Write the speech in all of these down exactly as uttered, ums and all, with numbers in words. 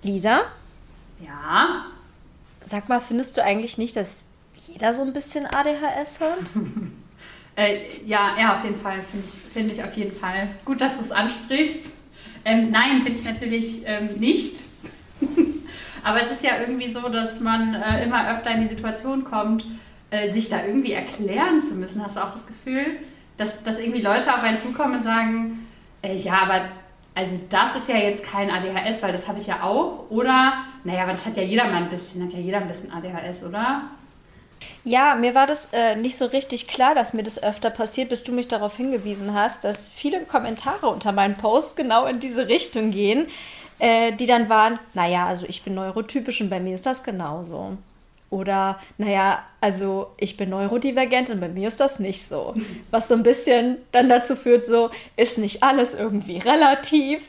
Lisa, Ja. sag mal, findest du eigentlich nicht, dass jeder so ein bisschen A D H S hat? Äh, ja, ja, auf jeden Fall. Finde ich, find ich auf jeden Fall. Gut, dass du es ansprichst. Ähm, nein, finde ich natürlich ähm, nicht. Aber es ist ja irgendwie so, dass man äh, immer öfter in die Situation kommt, äh, sich da irgendwie erklären zu müssen. Hast du auch das Gefühl, dass, dass irgendwie Leute auf einen zukommen und sagen, äh, ja, aber also das ist ja jetzt kein A D H S, weil das habe ich ja auch. Oder, naja, aber das hat ja jeder mal ein bisschen, hat ja jeder ein bisschen A D H S, oder? Ja, mir war das äh, nicht so richtig klar, dass mir das öfter passiert, bis du mich darauf hingewiesen hast, dass viele Kommentare unter meinen Posts genau in diese Richtung gehen, äh, die dann waren, naja, also ich bin neurotypisch und bei mir ist das genauso. Oder, naja, also ich bin neurodivergent und bei mir ist das nicht so. Was so ein bisschen dann dazu führt, so, ist nicht alles irgendwie relativ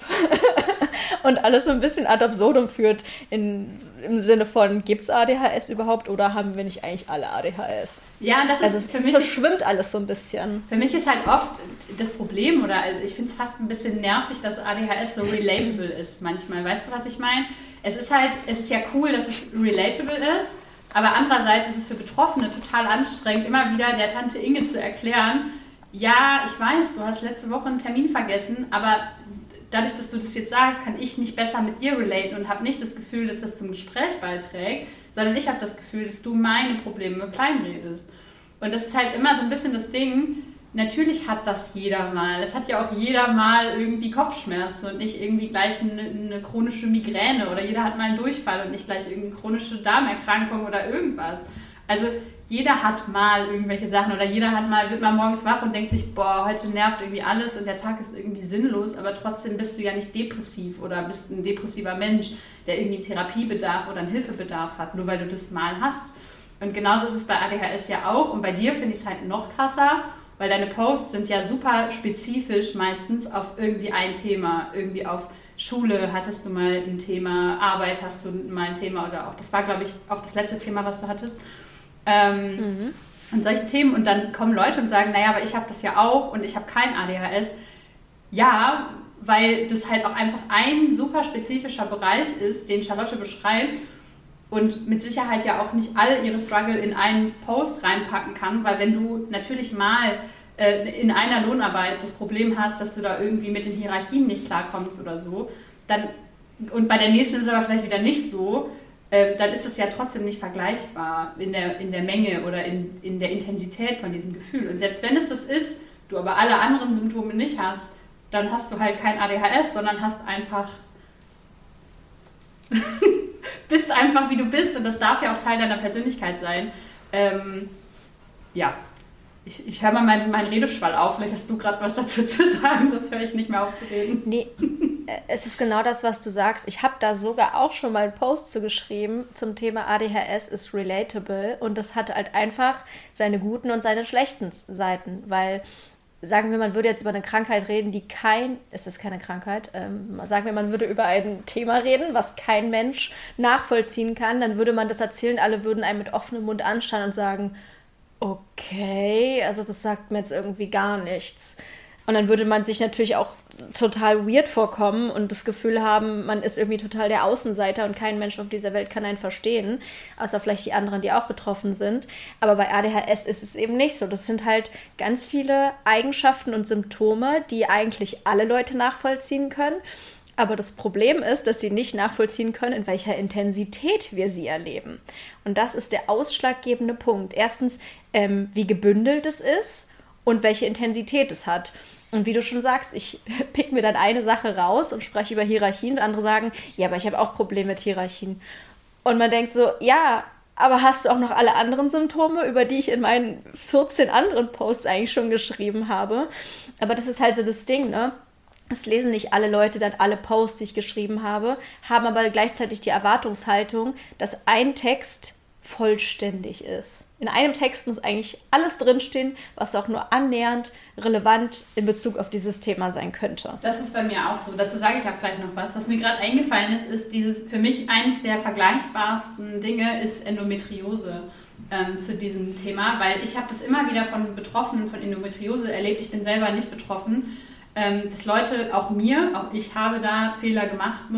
und alles so ein bisschen ad absurdum führt in, im Sinne von, gibt es A D H S überhaupt oder haben wir nicht eigentlich alle A D H S? Ja, das ist Also es für mich. verschwimmt alles so ein bisschen. Für mich ist halt oft das Problem, oder also ich finde es fast ein bisschen nervig, dass A D H S so relatable ist manchmal. Weißt du, was ich meine? Es ist halt, es ist ja cool, dass es relatable ist, aber andererseits ist es für Betroffene total anstrengend, immer wieder der Tante Inge zu erklären, ja, ich weiß, du hast letzte Woche einen Termin vergessen, aber dadurch, dass du das jetzt sagst, kann ich nicht besser mit dir relaten und habe nicht das Gefühl, dass das zum Gespräch beiträgt, sondern ich habe das Gefühl, dass du meine Probleme kleinredest. Und das ist halt immer so ein bisschen das Ding, natürlich hat das jeder mal. Es hat ja auch jeder mal irgendwie Kopfschmerzen und nicht irgendwie gleich eine, eine chronische Migräne oder jeder hat mal einen Durchfall und nicht gleich irgendeine chronische Darmerkrankung oder irgendwas. Also jeder hat mal irgendwelche Sachen oder jeder hat mal, wird mal morgens wach und denkt sich, boah, heute nervt irgendwie alles und der Tag ist irgendwie sinnlos, aber trotzdem bist du ja nicht depressiv oder bist ein depressiver Mensch, der irgendwie Therapiebedarf oder einen Hilfebedarf hat, nur weil du das mal hast. Und genauso ist es bei A D H S ja auch und bei dir finde ich es halt noch krasser, weil deine Posts sind ja super spezifisch meistens auf irgendwie ein Thema, irgendwie auf Schule hattest du mal ein Thema, Arbeit hast du mal ein Thema oder auch, das war glaube ich auch das letzte Thema, was du hattest. Ähm, mhm. Und solche Themen und dann kommen Leute und sagen, naja, aber ich habe das ja auch und ich habe kein A D H S. Ja, weil das halt auch einfach ein super spezifischer Bereich ist, den Charlotte beschreibt und mit Sicherheit ja auch nicht all ihre Struggle in einen Post reinpacken kann, weil wenn du natürlich mal äh, in einer Lohnarbeit das Problem hast, dass du da irgendwie mit den Hierarchien nicht klarkommst oder so, dann, und bei der nächsten ist es aber vielleicht wieder nicht so, äh, dann ist es ja trotzdem nicht vergleichbar in der, in der Menge oder in, in der Intensität von diesem Gefühl. Und selbst wenn es das ist, du aber alle anderen Symptome nicht hast, dann hast du halt kein A D H S, sondern hast einfach bist einfach wie du bist und das darf ja auch Teil deiner Persönlichkeit sein. Ähm, ja, ich, ich höre mal meinen mein Redeschwall auf, vielleicht hast du gerade was dazu zu sagen, sonst höre ich nicht mehr auf zu reden. Nee, es ist genau das, was du sagst. Ich habe da sogar auch schon mal einen Post zu geschrieben zum Thema A D H S ist relatable und das hat halt einfach seine guten und seine schlechten Seiten, weil sagen wir, man würde jetzt über eine Krankheit reden, die kein, es ist keine Krankheit, ähm, sagen wir, man würde über ein Thema reden, was kein Mensch nachvollziehen kann, dann würde man das erzählen, alle würden einem mit offenem Mund anschauen und sagen, okay, also das sagt mir jetzt irgendwie gar nichts. Und dann würde man sich natürlich auch total weird vorkommen und das Gefühl haben, man ist irgendwie total der Außenseiter und kein Mensch auf dieser Welt kann einen verstehen, außer vielleicht die anderen, die auch betroffen sind. Aber bei A D H S ist es eben nicht so. Das sind halt ganz viele Eigenschaften und Symptome, die eigentlich alle Leute nachvollziehen können. Aber das Problem ist, dass sie nicht nachvollziehen können, in welcher Intensität wir sie erleben. Und das ist der ausschlaggebende Punkt. Erstens, ähm, wie gebündelt es ist und welche Intensität es hat. Und wie du schon sagst, ich pick mir dann eine Sache raus und spreche über Hierarchien und andere sagen, ja, aber ich habe auch Probleme mit Hierarchien. Und man denkt so, ja, aber hast du auch noch alle anderen Symptome, über die ich in meinen vierzehn anderen Posts eigentlich schon geschrieben habe? Aber das ist halt so das Ding, ne? Es lesen nicht alle Leute dann alle Posts, die ich geschrieben habe, haben aber gleichzeitig die Erwartungshaltung, dass ein Text vollständig ist. In einem Text muss eigentlich alles drinstehen, was auch nur annähernd relevant in Bezug auf dieses Thema sein könnte. Das ist bei mir auch so. Dazu sage ich auch gleich noch was. Was mir gerade eingefallen ist, ist dieses für mich eines der vergleichbarsten Dinge ist Endometriose ähm, zu diesem Thema, weil ich habe das immer wieder von Betroffenen von Endometriose erlebt. Ich bin selber nicht betroffen. Ähm, dass Leute, auch mir, auch ich habe da Fehler gemacht, muss ich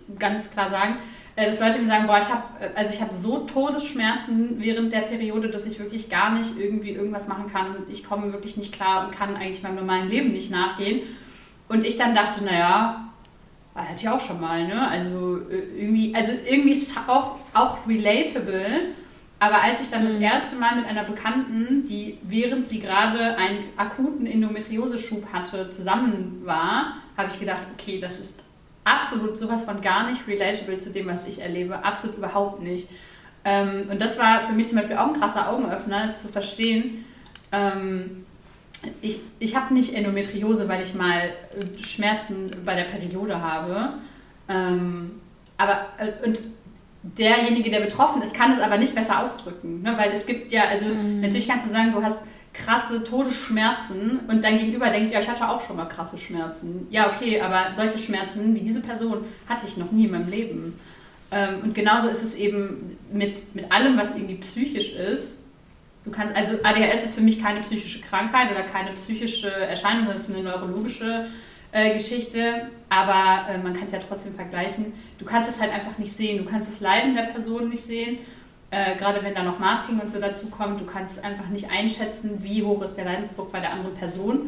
ganz klar sagen, äh, dass Leute mir sagen, boah, ich habe also ich habe so Todesschmerzen während der Periode, dass ich wirklich gar nicht irgendwie irgendwas machen kann und ich komme wirklich nicht klar und kann eigentlich meinem normalen Leben nicht nachgehen. Und ich dann dachte, naja, hatte ich auch schon mal, ne? Also irgendwie, also irgendwie ist es auch, auch relatable. Aber als ich dann das erste Mal mit einer Bekannten, die während sie gerade einen akuten Endometrioseschub hatte, zusammen war, habe ich gedacht, okay, das ist absolut sowas von gar nicht relatable zu dem, was ich erlebe. Absolut überhaupt nicht. Ähm, und das war für mich zum Beispiel auch ein krasser Augenöffner, zu verstehen, ähm, ich, ich habe nicht Endometriose, weil ich mal Schmerzen bei der Periode habe. Ähm, aber, und derjenige, der betroffen ist, kann es aber nicht besser ausdrücken. Ne? Weil es gibt ja, also mhm. natürlich kannst du sagen, du hast krasse Todesschmerzen und dein Gegenüber denkt, ja, ich hatte auch schon mal krasse Schmerzen. Ja, okay, aber solche Schmerzen wie diese Person hatte ich noch nie in meinem Leben. Ähm, und genauso ist es eben mit, mit allem, was irgendwie psychisch ist. Du kannst, also A D H S ist für mich keine psychische Krankheit oder keine psychische Erscheinung, das ist eine neurologische äh, Geschichte, aber äh, man kann es ja trotzdem vergleichen. Du kannst es halt einfach nicht sehen, du kannst das Leiden der Person nicht sehen, äh, gerade wenn da noch Masking und so dazu kommt, du kannst einfach nicht einschätzen, wie hoch ist der Leidensdruck bei der anderen Person.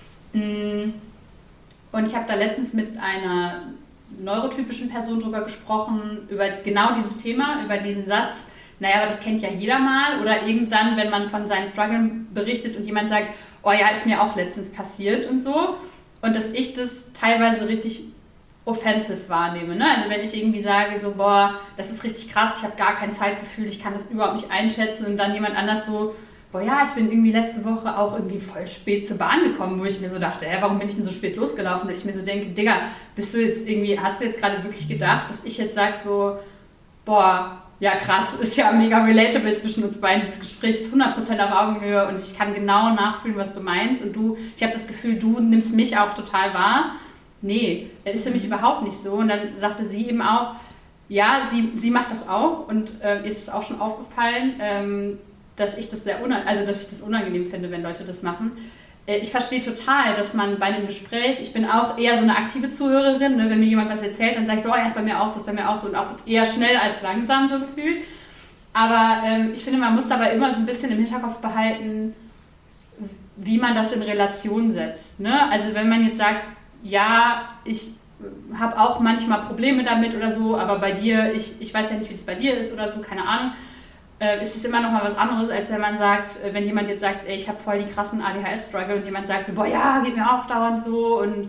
Und ich habe da letztens mit einer neurotypischen Person drüber gesprochen, über genau dieses Thema, über diesen Satz, naja, aber das kennt ja jeder mal, oder irgendwann, wenn man von seinen Struggeln berichtet und jemand sagt, oh ja, ist mir auch letztens passiert und so, und dass ich das teilweise richtig offensive wahrnehme, ne? Also wenn ich irgendwie sage so, boah, das ist richtig krass, ich habe gar kein Zeitgefühl, ich kann das überhaupt nicht einschätzen, und dann jemand anders so, boah ja, ich bin irgendwie letzte Woche auch irgendwie voll spät zur Bahn gekommen, wo ich mir so dachte, hä, warum bin ich denn so spät losgelaufen? Weil ich mir so denke, Digga, bist du jetzt irgendwie, hast du jetzt gerade wirklich gedacht, dass ich jetzt sage so, boah, ja krass, ist ja mega relatable zwischen uns beiden, dieses Gespräch ist hundert Prozent auf Augenhöhe und ich kann genau nachfühlen, was du meinst, und du, ich habe das Gefühl, du nimmst mich auch total wahr. Nee, das ist für mich überhaupt nicht so. Und dann sagte sie eben auch, ja, sie, sie macht das auch, und äh, ihr ist es auch schon aufgefallen, ähm, dass ich das sehr unangenehm, also dass ich das unangenehm finde, wenn Leute das machen. Äh, ich verstehe total, dass man bei einem Gespräch, ich bin auch eher so eine aktive Zuhörerin, ne, wenn mir jemand was erzählt, dann sage ich so, oh ja, ist bei mir auch so, ist bei mir auch so, und auch eher schnell als langsam so gefühlt. Aber ähm, ich finde, man muss dabei immer so ein bisschen im Hinterkopf behalten, wie man das in Relation setzt. Ne? Also wenn man jetzt sagt, ja, ich habe auch manchmal Probleme damit oder so, aber bei dir, ich, ich weiß ja nicht, wie das bei dir ist oder so, keine Ahnung, äh, ist es immer noch mal was anderes, als wenn man sagt, wenn jemand jetzt sagt, ey, ich habe voll die krassen A D H S-Struggle, und jemand sagt so, boah ja, geht mir auch dauernd so, und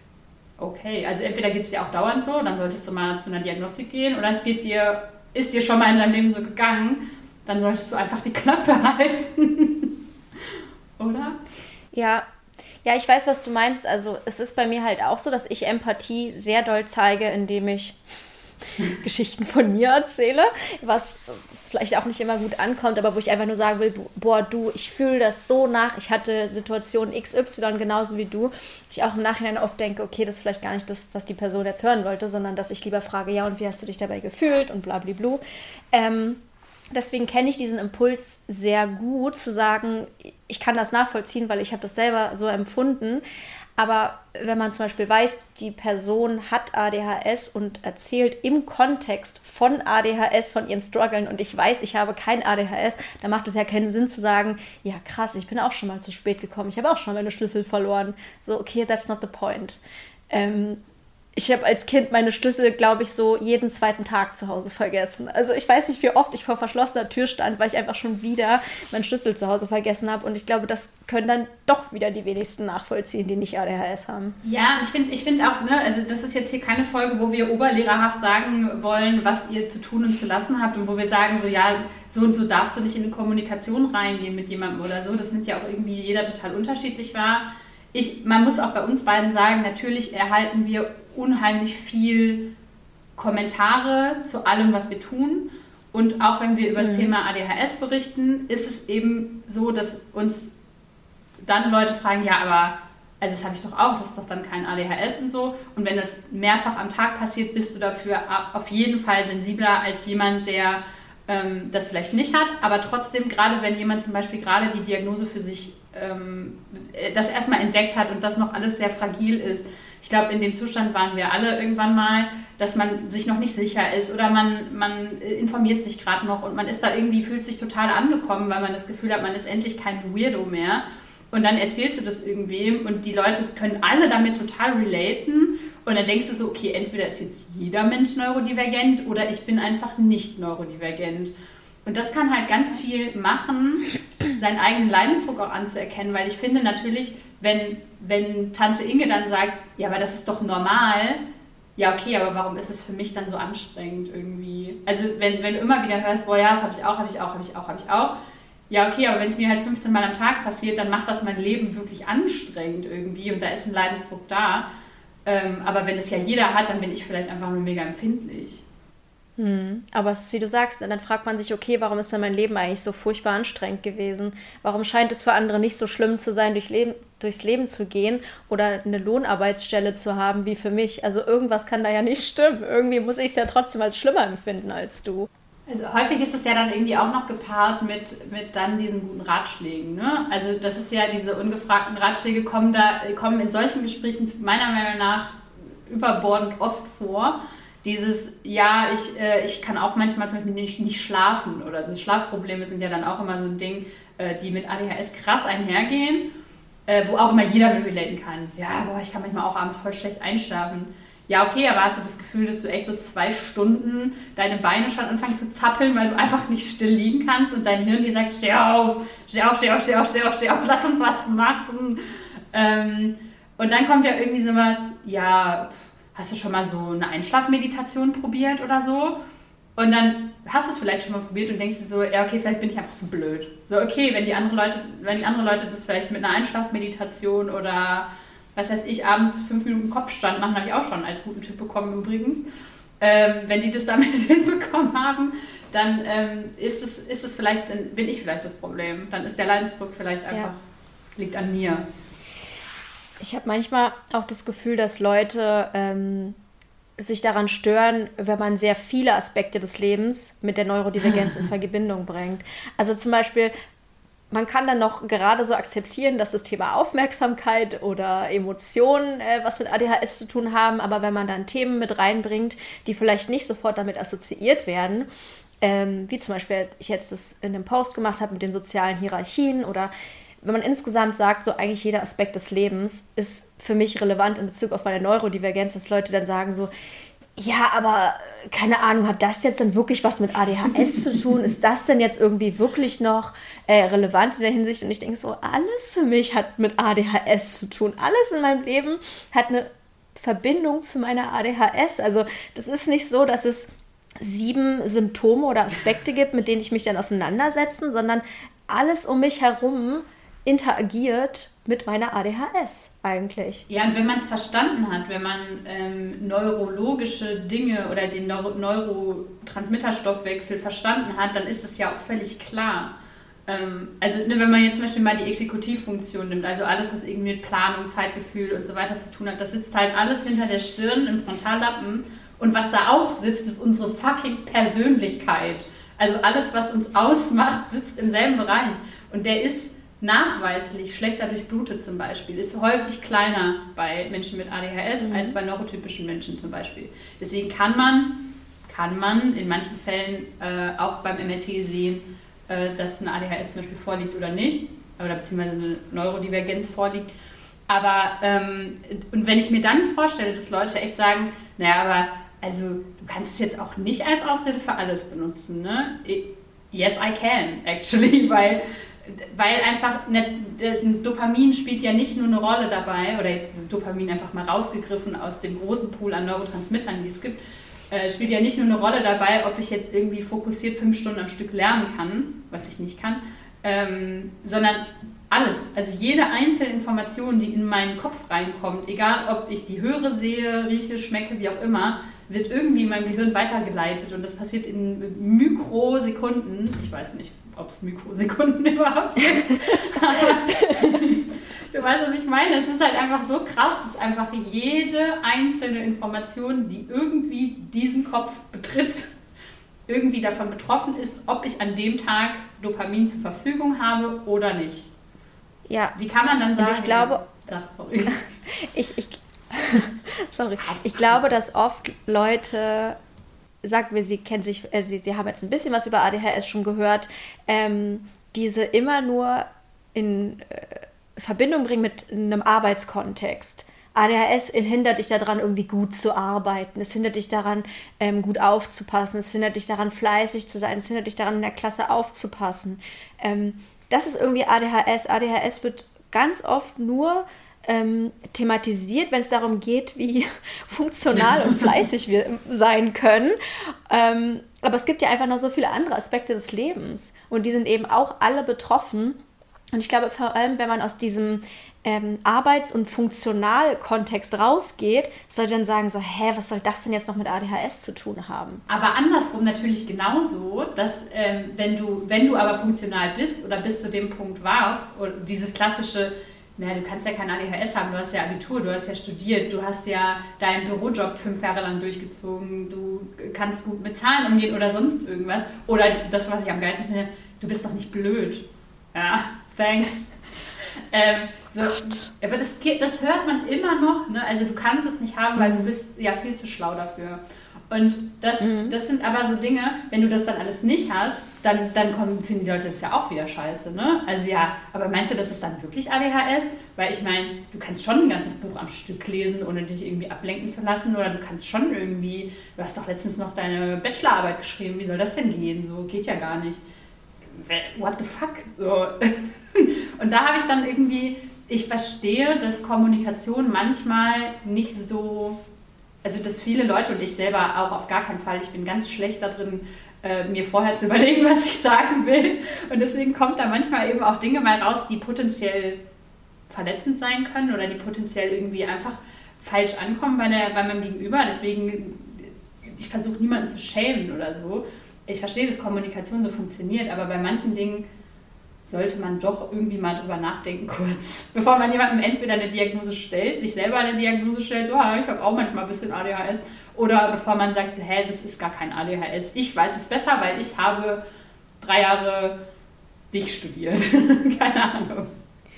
okay, also entweder geht es dir auch dauernd so, dann solltest du mal zu einer Diagnostik gehen, oder es geht dir, ist dir schon mal in deinem Leben so gegangen, dann solltest du einfach die Klappe halten. Oder? Ja, Ja, ich weiß, was du meinst. Also es ist bei mir halt auch so, dass ich Empathie sehr doll zeige, indem ich Geschichten von mir erzähle, was vielleicht auch nicht immer gut ankommt, aber wo ich einfach nur sagen will, boah, du, ich fühle das so nach, ich hatte Situation X Y genauso wie du. Ich auch im Nachhinein oft denke, okay, das ist vielleicht gar nicht das, was die Person jetzt hören wollte, sondern dass ich lieber frage, ja, und wie hast du dich dabei gefühlt und blablabla. Ähm, Deswegen kenne ich diesen Impuls sehr gut, zu sagen, ich kann das nachvollziehen, weil ich habe das selber so empfunden. Aber wenn man zum Beispiel weiß, die Person hat A D H S und erzählt im Kontext von A D H S, von ihren Struggeln, und ich weiß, ich habe kein A D H S, dann macht es ja keinen Sinn zu sagen, ja krass, ich bin auch schon mal zu spät gekommen, ich habe auch schon meine Schlüssel verloren. So, okay, that's not the point. Ähm, Ich habe als Kind meine Schlüssel, glaube ich, so jeden zweiten Tag zu Hause vergessen. Also ich weiß nicht, wie oft ich vor verschlossener Tür stand, weil ich einfach schon wieder meinen Schlüssel zu Hause vergessen habe. Und ich glaube, das können dann doch wieder die wenigsten nachvollziehen, die nicht A D H S haben. Ja, ich finde ich find auch, ne, also das ist jetzt hier keine Folge, wo wir oberlehrerhaft sagen wollen, was ihr zu tun und zu lassen habt, und wo wir sagen, so ja, so und so darfst du nicht in eine Kommunikation reingehen mit jemandem oder so. Das nimmt ja auch irgendwie jeder total unterschiedlich wahr. Ich, man muss auch bei uns beiden sagen, natürlich erhalten wir unheimlich viel Kommentare zu allem, was wir tun. Und auch wenn wir über das mhm. Thema A D H S berichten, ist es eben so, dass uns dann Leute fragen, ja, aber also das habe ich doch auch, das ist doch dann kein A D H S und so. Und wenn das mehrfach am Tag passiert, bist du dafür auf jeden Fall sensibler als jemand, der ähm, das vielleicht nicht hat. Aber trotzdem, gerade wenn jemand zum Beispiel gerade die Diagnose für sich ähm, das erstmal entdeckt hat und das noch alles sehr fragil ist, ich glaube, in dem Zustand waren wir alle irgendwann mal, dass man sich noch nicht sicher ist oder man, man informiert sich gerade noch und man ist da irgendwie, fühlt sich total angekommen, weil man das Gefühl hat, man ist endlich kein Weirdo mehr. Und dann erzählst du das irgendwem und die Leute können alle damit total relaten. Und dann denkst du so, okay, entweder ist jetzt jeder Mensch neurodivergent oder ich bin einfach nicht neurodivergent. Und das kann halt ganz viel machen, seinen eigenen Leidensdruck auch anzuerkennen, weil ich finde natürlich, wenn, wenn Tante Inge dann sagt, ja, aber das ist doch normal, ja, okay, aber warum ist es für mich dann so anstrengend irgendwie? Also wenn, wenn du immer wieder hörst, boah, ja, das habe ich auch, habe ich auch, habe ich auch, habe ich auch, ja, okay, aber wenn es mir halt fünfzehn Mal am Tag passiert, dann macht das mein Leben wirklich anstrengend irgendwie und da ist ein Leidensdruck da. Ähm, aber wenn das ja jeder hat, dann bin ich vielleicht einfach nur mega empfindlich. Hm. Aber es ist, wie du sagst, dann fragt man sich, okay, warum ist denn mein Leben eigentlich so furchtbar anstrengend gewesen? Warum scheint es für andere nicht so schlimm zu sein, durch Leben, durchs Leben zu gehen oder eine Lohnarbeitsstelle zu haben wie für mich? Also irgendwas kann da ja nicht stimmen. Irgendwie muss ich es ja trotzdem als schlimmer empfinden als du. Also häufig ist es ja dann irgendwie auch noch gepaart mit, mit dann diesen guten Ratschlägen. Ne? Also das ist ja, diese ungefragten Ratschläge kommen, da, kommen in solchen Gesprächen meiner Meinung nach überbordend oft vor. Dieses, ja, ich, äh, ich kann auch manchmal zum Beispiel nicht, nicht schlafen oder so. Schlafprobleme sind ja dann auch immer so ein Ding, äh, die mit A D H S krass einhergehen, äh, wo auch immer jeder mit relaten kann. Ja, boah, ich kann manchmal auch abends voll schlecht einschlafen. Ja, okay, aber hast du das Gefühl, dass du echt so zwei Stunden deine Beine schon anfangen zu zappeln, weil du einfach nicht still liegen kannst und dein Hirn dir sagt, steh auf, steh auf, steh auf, steh auf, steh auf, steh auf, lass uns was machen. Ähm, und dann kommt ja irgendwie sowas, ja, hast du schon mal so eine Einschlafmeditation probiert oder so? Und dann hast du es vielleicht schon mal probiert und denkst dir so, ja, okay, vielleicht bin ich einfach zu blöd. So, okay, wenn die andere Leute, wenn die andere Leute das vielleicht mit einer Einschlafmeditation oder was heißt ich, abends fünf Minuten Kopfstand machen, habe ich auch schon als guten Tipp bekommen übrigens. Ähm, wenn die das damit hinbekommen haben, dann ähm, ist, es, ist es vielleicht, dann bin ich vielleicht das Problem. Dann ist der Leidensdruck vielleicht einfach, ja. liegt an mir. Ich habe manchmal auch das Gefühl, dass Leute ähm, sich daran stören, wenn man sehr viele Aspekte des Lebens mit der Neurodivergenz in Verbindung bringt. Also zum Beispiel, man kann dann noch gerade so akzeptieren, dass das Thema Aufmerksamkeit oder Emotionen äh, was mit A D H S zu tun haben, aber wenn man dann Themen mit reinbringt, die vielleicht nicht sofort damit assoziiert werden, ähm, wie zum Beispiel ich jetzt das in einem Post gemacht habe mit den sozialen Hierarchien oder wenn man insgesamt sagt, so eigentlich jeder Aspekt des Lebens ist für mich relevant in Bezug auf meine Neurodivergenz, dass Leute dann sagen so, ja, aber keine Ahnung, hat das jetzt dann wirklich was mit A D H S zu tun? Ist das denn jetzt irgendwie wirklich noch äh, relevant in der Hinsicht? Und ich denke so, alles für mich hat mit A D H S zu tun. Alles in meinem Leben hat eine Verbindung zu meiner A D H S. Also das ist nicht so, dass es sieben Symptome oder Aspekte gibt, mit denen ich mich dann auseinandersetze, sondern alles um mich herum interagiert mit meiner A D H S eigentlich. Ja, und wenn man es verstanden hat, wenn man ähm, neurologische Dinge oder den Neuro- Neurotransmitterstoffwechsel verstanden hat, dann ist das ja auch völlig klar. Ähm, also ne, wenn man jetzt zum Beispiel mal die Exekutivfunktion nimmt, also alles, was irgendwie mit Planung, Zeitgefühl und so weiter zu tun hat, das sitzt halt alles hinter der Stirn im Frontallappen und was da auch sitzt, ist unsere fucking Persönlichkeit. Also alles, was uns ausmacht, sitzt im selben Bereich und der ist nachweislich schlechter durchblutet zum Beispiel, ist häufig kleiner bei Menschen mit A D H S mhm. als bei neurotypischen Menschen zum Beispiel. Deswegen kann man, kann man in manchen Fällen äh, auch beim M R T sehen, äh, dass eine A D H S zum Beispiel vorliegt oder nicht, oder beziehungsweise eine Neurodivergenz vorliegt. Aber, ähm, und wenn ich mir dann vorstelle, dass Leute echt sagen, naja, aber also du kannst es jetzt auch nicht als Ausrede für alles benutzen, ne? Yes, I can, actually, weil Weil einfach ne, Dopamin spielt ja nicht nur eine Rolle dabei, oder jetzt Dopamin einfach mal rausgegriffen aus dem großen Pool an Neurotransmittern, die es gibt, äh, spielt ja nicht nur eine Rolle dabei, ob ich jetzt irgendwie fokussiert fünf Stunden am Stück lernen kann, was ich nicht kann, ähm, sondern alles. Also jede einzelne Information, die in meinen Kopf reinkommt, egal ob ich die höre, sehe, rieche, schmecke, wie auch immer, wird irgendwie in meinem Gehirn weitergeleitet und das passiert in Mikrosekunden, ich weiß nicht, ob es Mikrosekunden überhaupt gibt. Du weißt, was ich meine. Es ist halt einfach so krass, dass einfach jede einzelne Information, die irgendwie diesen Kopf betritt, irgendwie davon betroffen ist, ob ich an dem Tag Dopamin zur Verfügung habe oder nicht. Ja. Wie kann man dann sagen... Und ich glaube... Ach, sorry. ich, ich, Sorry. Ich glaube, dass oft Leute, sagen wir, sie kennen sich, äh, sie, sie haben jetzt ein bisschen was über A D H S schon gehört, ähm, diese immer nur in äh, Verbindung bringen mit einem Arbeitskontext. A D H S hindert dich daran, irgendwie gut zu arbeiten. Es hindert dich daran, ähm, gut aufzupassen. Es hindert dich daran, fleißig zu sein. Es hindert dich daran, in der Klasse aufzupassen. Ähm, das ist irgendwie A D H S. A D H S wird ganz oft nur ähm, thematisiert, wenn es darum geht, wie funktional und fleißig wir sein können. Ähm, aber es gibt ja einfach noch so viele andere Aspekte des Lebens. Und die sind eben auch alle betroffen. Und ich glaube, vor allem, wenn man aus diesem ähm, Arbeits- und Funktionalkontext rausgeht, soll dann sagen so, hä, was soll das denn jetzt noch mit A D H S zu tun haben? Aber andersrum natürlich genauso, dass ähm, wenn du, wenn du aber funktional bist oder bis zu dem Punkt warst, oder dieses klassische, naja, du kannst ja kein A D H S haben, du hast ja Abitur, du hast ja studiert, du hast ja deinen Bürojob fünf Jahre lang durchgezogen, du kannst gut mit Zahlen umgehen oder sonst irgendwas. Oder das, was ich am geilsten finde, du bist doch nicht blöd. Ja, thanks. Ähm, so, aber das, das hört man immer noch, ne? Also du kannst es nicht haben, weil du bist ja viel zu schlau dafür. Und das, mhm. das sind aber so Dinge, wenn du das dann alles nicht hast, dann, dann kommen, finden die Leute das ja auch wieder scheiße, ne? Also ja, aber meinst du, das ist dann wirklich A D H S? Weil ich meine, du kannst schon ein ganzes Buch am Stück lesen, ohne dich irgendwie ablenken zu lassen, oder du kannst schon irgendwie, du hast doch letztens noch deine Bachelorarbeit geschrieben, wie soll das denn gehen? So geht ja gar nicht. What the fuck? So. Und da habe ich dann irgendwie, ich verstehe, dass Kommunikation manchmal nicht so, also dass viele Leute und ich selber auch auf gar keinen Fall, ich bin ganz schlecht da drin, äh, mir vorher zu überlegen, was ich sagen will. Und deswegen kommt da manchmal eben auch Dinge mal raus, die potenziell verletzend sein können oder die potenziell irgendwie einfach falsch ankommen bei, der, bei meinem Gegenüber. Deswegen, ich versuche niemanden zu schämen oder so. Ich verstehe, dass Kommunikation so funktioniert, aber bei manchen Dingen sollte man doch irgendwie mal drüber nachdenken kurz, bevor man jemandem entweder eine Diagnose stellt, sich selber eine Diagnose stellt, so, ich habe auch manchmal ein bisschen A D H S, oder bevor man sagt, so, hä, das ist gar kein A D H S. Ich weiß es besser, weil ich habe drei Jahre dich studiert. Keine Ahnung.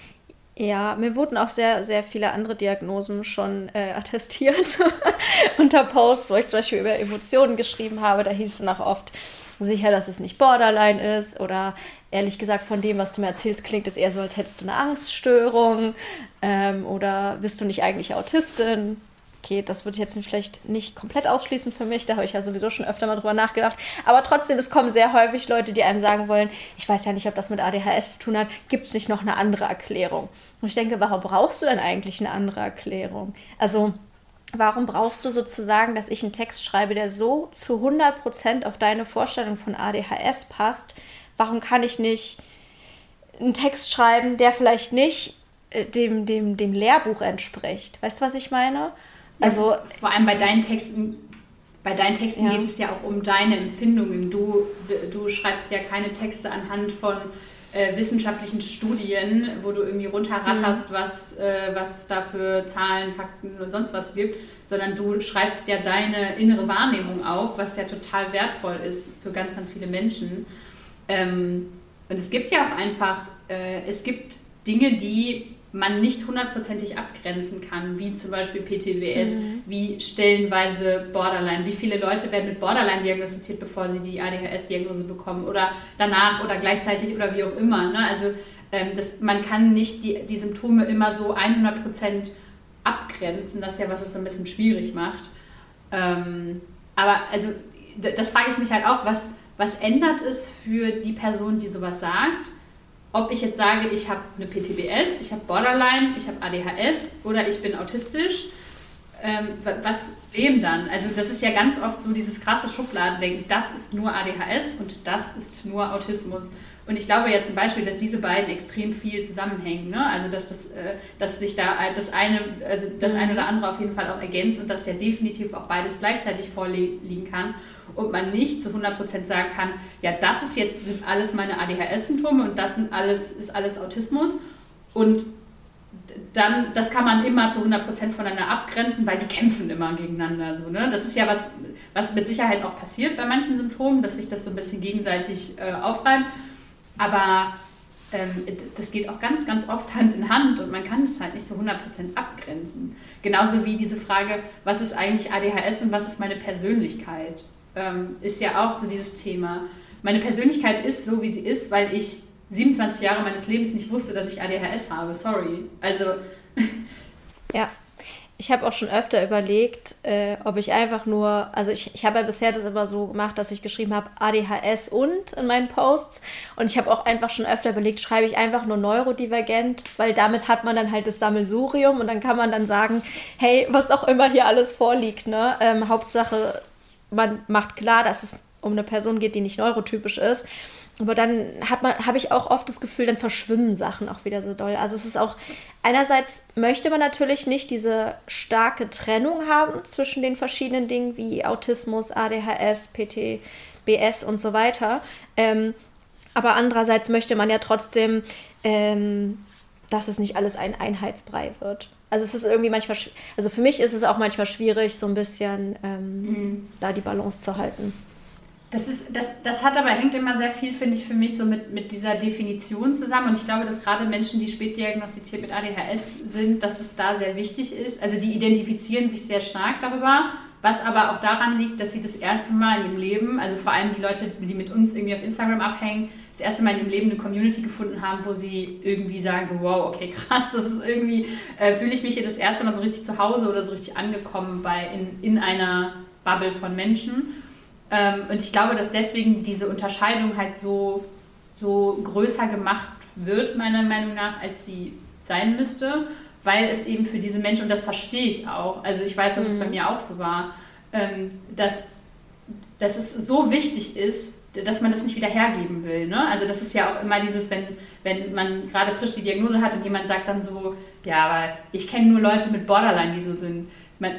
Ja, mir wurden auch sehr, sehr viele andere Diagnosen schon äh, attestiert unter Posts, wo ich zum Beispiel über Emotionen geschrieben habe. Da hieß es noch oft, sicher, dass es nicht Borderline ist, oder ehrlich gesagt, von dem, was du mir erzählst, klingt es eher so, als hättest du eine Angststörung, ähm, oder bist du nicht eigentlich Autistin? Okay, das würde ich jetzt vielleicht nicht komplett ausschließen für mich, da habe ich ja sowieso schon öfter mal drüber nachgedacht, aber trotzdem, es kommen sehr häufig Leute, die einem sagen wollen, ich weiß ja nicht, ob das mit A D H S zu tun hat, gibt es nicht noch eine andere Erklärung? Und ich denke, warum brauchst du denn eigentlich eine andere Erklärung? Also, warum brauchst du sozusagen, dass ich einen Text schreibe, der so zu hundert Prozent auf deine Vorstellung von A D H S passt? Warum kann ich nicht einen Text schreiben, der vielleicht nicht äh, dem, dem, dem Lehrbuch entspricht? Weißt du, was ich meine? Also, ja, vor allem bei deinen Texten, bei deinen Texten ja. geht es ja auch um deine Empfindungen. Du, du schreibst ja keine Texte anhand von äh, wissenschaftlichen Studien, wo du irgendwie runterratterst, mhm. was, äh, was es da für Zahlen, Fakten und sonst was gibt, sondern du schreibst ja deine innere Wahrnehmung auf, was ja total wertvoll ist für ganz, ganz viele Menschen. Ähm, und es gibt ja auch einfach, äh, es gibt Dinge, die man nicht hundertprozentig abgrenzen kann, wie zum Beispiel P T W S, mhm. wie stellenweise Borderline. Wie viele Leute werden mit Borderline diagnostiziert, bevor sie die A D H S-Diagnose bekommen, oder danach oder gleichzeitig oder wie auch immer. Ne? Also ähm, das, man kann nicht die, die Symptome immer so hundert Prozent abgrenzen, das ist ja, was es so ein bisschen schwierig macht. Ähm, aber also das frage ich mich halt auch, was, was ändert es für die Person, die sowas sagt? Ob ich jetzt sage, ich habe eine P T B S, ich habe Borderline, ich habe A D H S oder ich bin autistisch, ähm, was leben dann? Also das ist ja ganz oft so dieses krasse Schubladendenken, das ist nur A D H S und das ist nur Autismus. Und ich glaube ja zum Beispiel, dass diese beiden extrem viel zusammenhängen, ne? Also dass, das, äh, dass sich da das eine, also das eine oder andere auf jeden Fall auch ergänzt und dass ja definitiv auch beides gleichzeitig vorliegen kann. Und man nicht zu hundert Prozent sagen kann, ja, das ist jetzt, sind alles meine A D H S-Symptome und das sind alles, ist alles Autismus. Und dann, das kann man immer zu hundert Prozent voneinander abgrenzen, weil die kämpfen immer gegeneinander. So, ne? Das ist ja was, was mit Sicherheit auch passiert bei manchen Symptomen, dass sich das so ein bisschen gegenseitig äh, aufreibt. Aber ähm, das geht auch ganz, ganz oft Hand in Hand und man kann es halt nicht zu hundert Prozent abgrenzen. Genauso wie diese Frage, was ist eigentlich A D H S und was ist meine Persönlichkeit, ähm, ist ja auch so dieses Thema. Meine Persönlichkeit ist so, wie sie ist, weil ich siebenundzwanzig Jahre meines Lebens nicht wusste, dass ich A D H S habe. Sorry. Also... Ja. Ich habe auch schon öfter überlegt, äh, ob ich einfach nur, also ich, ich habe ja bisher das immer so gemacht, dass ich geschrieben habe A D H S und in meinen Posts und ich habe auch einfach schon öfter überlegt, schreibe ich einfach nur neurodivergent, weil damit hat man dann halt das Sammelsurium und dann kann man dann sagen, hey, was auch immer hier alles vorliegt, ne? Ähm, Hauptsache, man macht klar, dass es um eine Person geht, die nicht neurotypisch ist. Aber dann hat man, habe ich auch oft das Gefühl, dann verschwimmen Sachen auch wieder so doll. Also es ist auch, einerseits möchte man natürlich nicht diese starke Trennung haben zwischen den verschiedenen Dingen wie Autismus, A D H S, P T B S und so weiter. Ähm, aber andererseits möchte man ja trotzdem, ähm, dass es nicht alles ein Einheitsbrei wird. Also es ist irgendwie manchmal, also für mich ist es auch manchmal schwierig, so ein bisschen ähm, mhm. da die Balance zu halten. Das, ist, das, das hat aber, hängt immer sehr viel, finde ich, für mich so mit, mit dieser Definition zusammen. Und ich glaube, dass gerade Menschen, die spät diagnostiziert mit A D H S sind, dass es da sehr wichtig ist. Also die identifizieren sich sehr stark darüber, was aber auch daran liegt, dass sie das erste Mal in ihrem Leben, also vor allem die Leute, die mit uns irgendwie auf Instagram abhängen, das erste Mal in ihrem Leben eine Community gefunden haben, wo sie irgendwie sagen so, wow, okay, krass, das ist irgendwie, äh, fühle ich mich hier das erste Mal so richtig zu Hause oder so richtig angekommen bei in, in einer Bubble von Menschen. Ähm, und ich glaube, dass deswegen diese Unterscheidung halt so, so größer gemacht wird, meiner Meinung nach, als sie sein müsste, weil es eben für diese Menschen, und das verstehe ich auch, also ich weiß, dass mhm. es bei mir auch so war, ähm, dass, dass es so wichtig ist, dass man das nicht wieder hergeben will. Ne? Also das ist ja auch immer dieses, wenn, wenn man gerade frisch die Diagnose hat und jemand sagt dann so, ja, aber ich kenne nur Leute mit Borderline, die so sind. Man,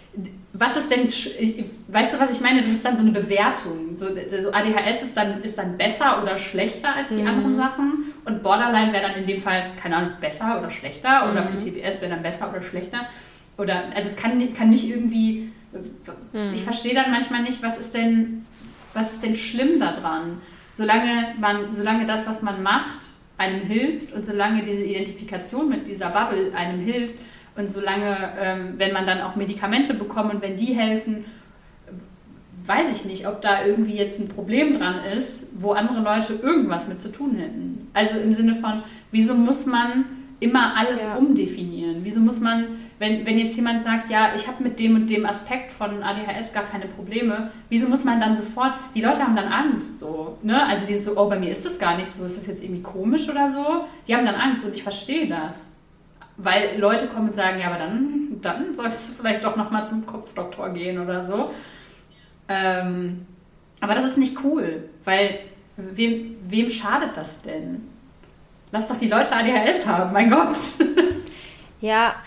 was ist denn, weißt du, was ich meine? Das ist dann so eine Bewertung. So, so A D H S ist dann, ist dann besser oder schlechter als die mhm. anderen Sachen und Borderline wäre dann in dem Fall, keine Ahnung, besser oder schlechter oder mhm. P T B S wäre dann besser oder schlechter. Oder, also es kann, kann nicht irgendwie, mhm. ich verstehe dann manchmal nicht, was ist denn, was ist denn schlimm daran? Solange man, solange das, was man macht, einem hilft und solange diese Identifikation mit dieser Bubble einem hilft, und solange, ähm, wenn man dann auch Medikamente bekommt und wenn die helfen, weiß ich nicht, ob da irgendwie jetzt ein Problem dran ist, wo andere Leute irgendwas mit zu tun hätten. Also im Sinne von, wieso muss man immer alles ja. umdefinieren? Wieso muss man, wenn, wenn jetzt jemand sagt, ja, ich habe mit dem und dem Aspekt von A D H S gar keine Probleme, wieso muss man dann sofort, die Leute haben dann Angst so, ne? Also die so, oh, bei mir ist das gar nicht so, ist das jetzt irgendwie komisch oder so? Die haben dann Angst und ich verstehe das. Weil Leute kommen und sagen, ja, aber dann, dann solltest du vielleicht doch nochmal zum Kopfdoktor gehen oder so. Ähm, aber das ist nicht cool, weil wem, wem schadet das denn? Lass doch die Leute A D H S haben, mein Gott. Ja.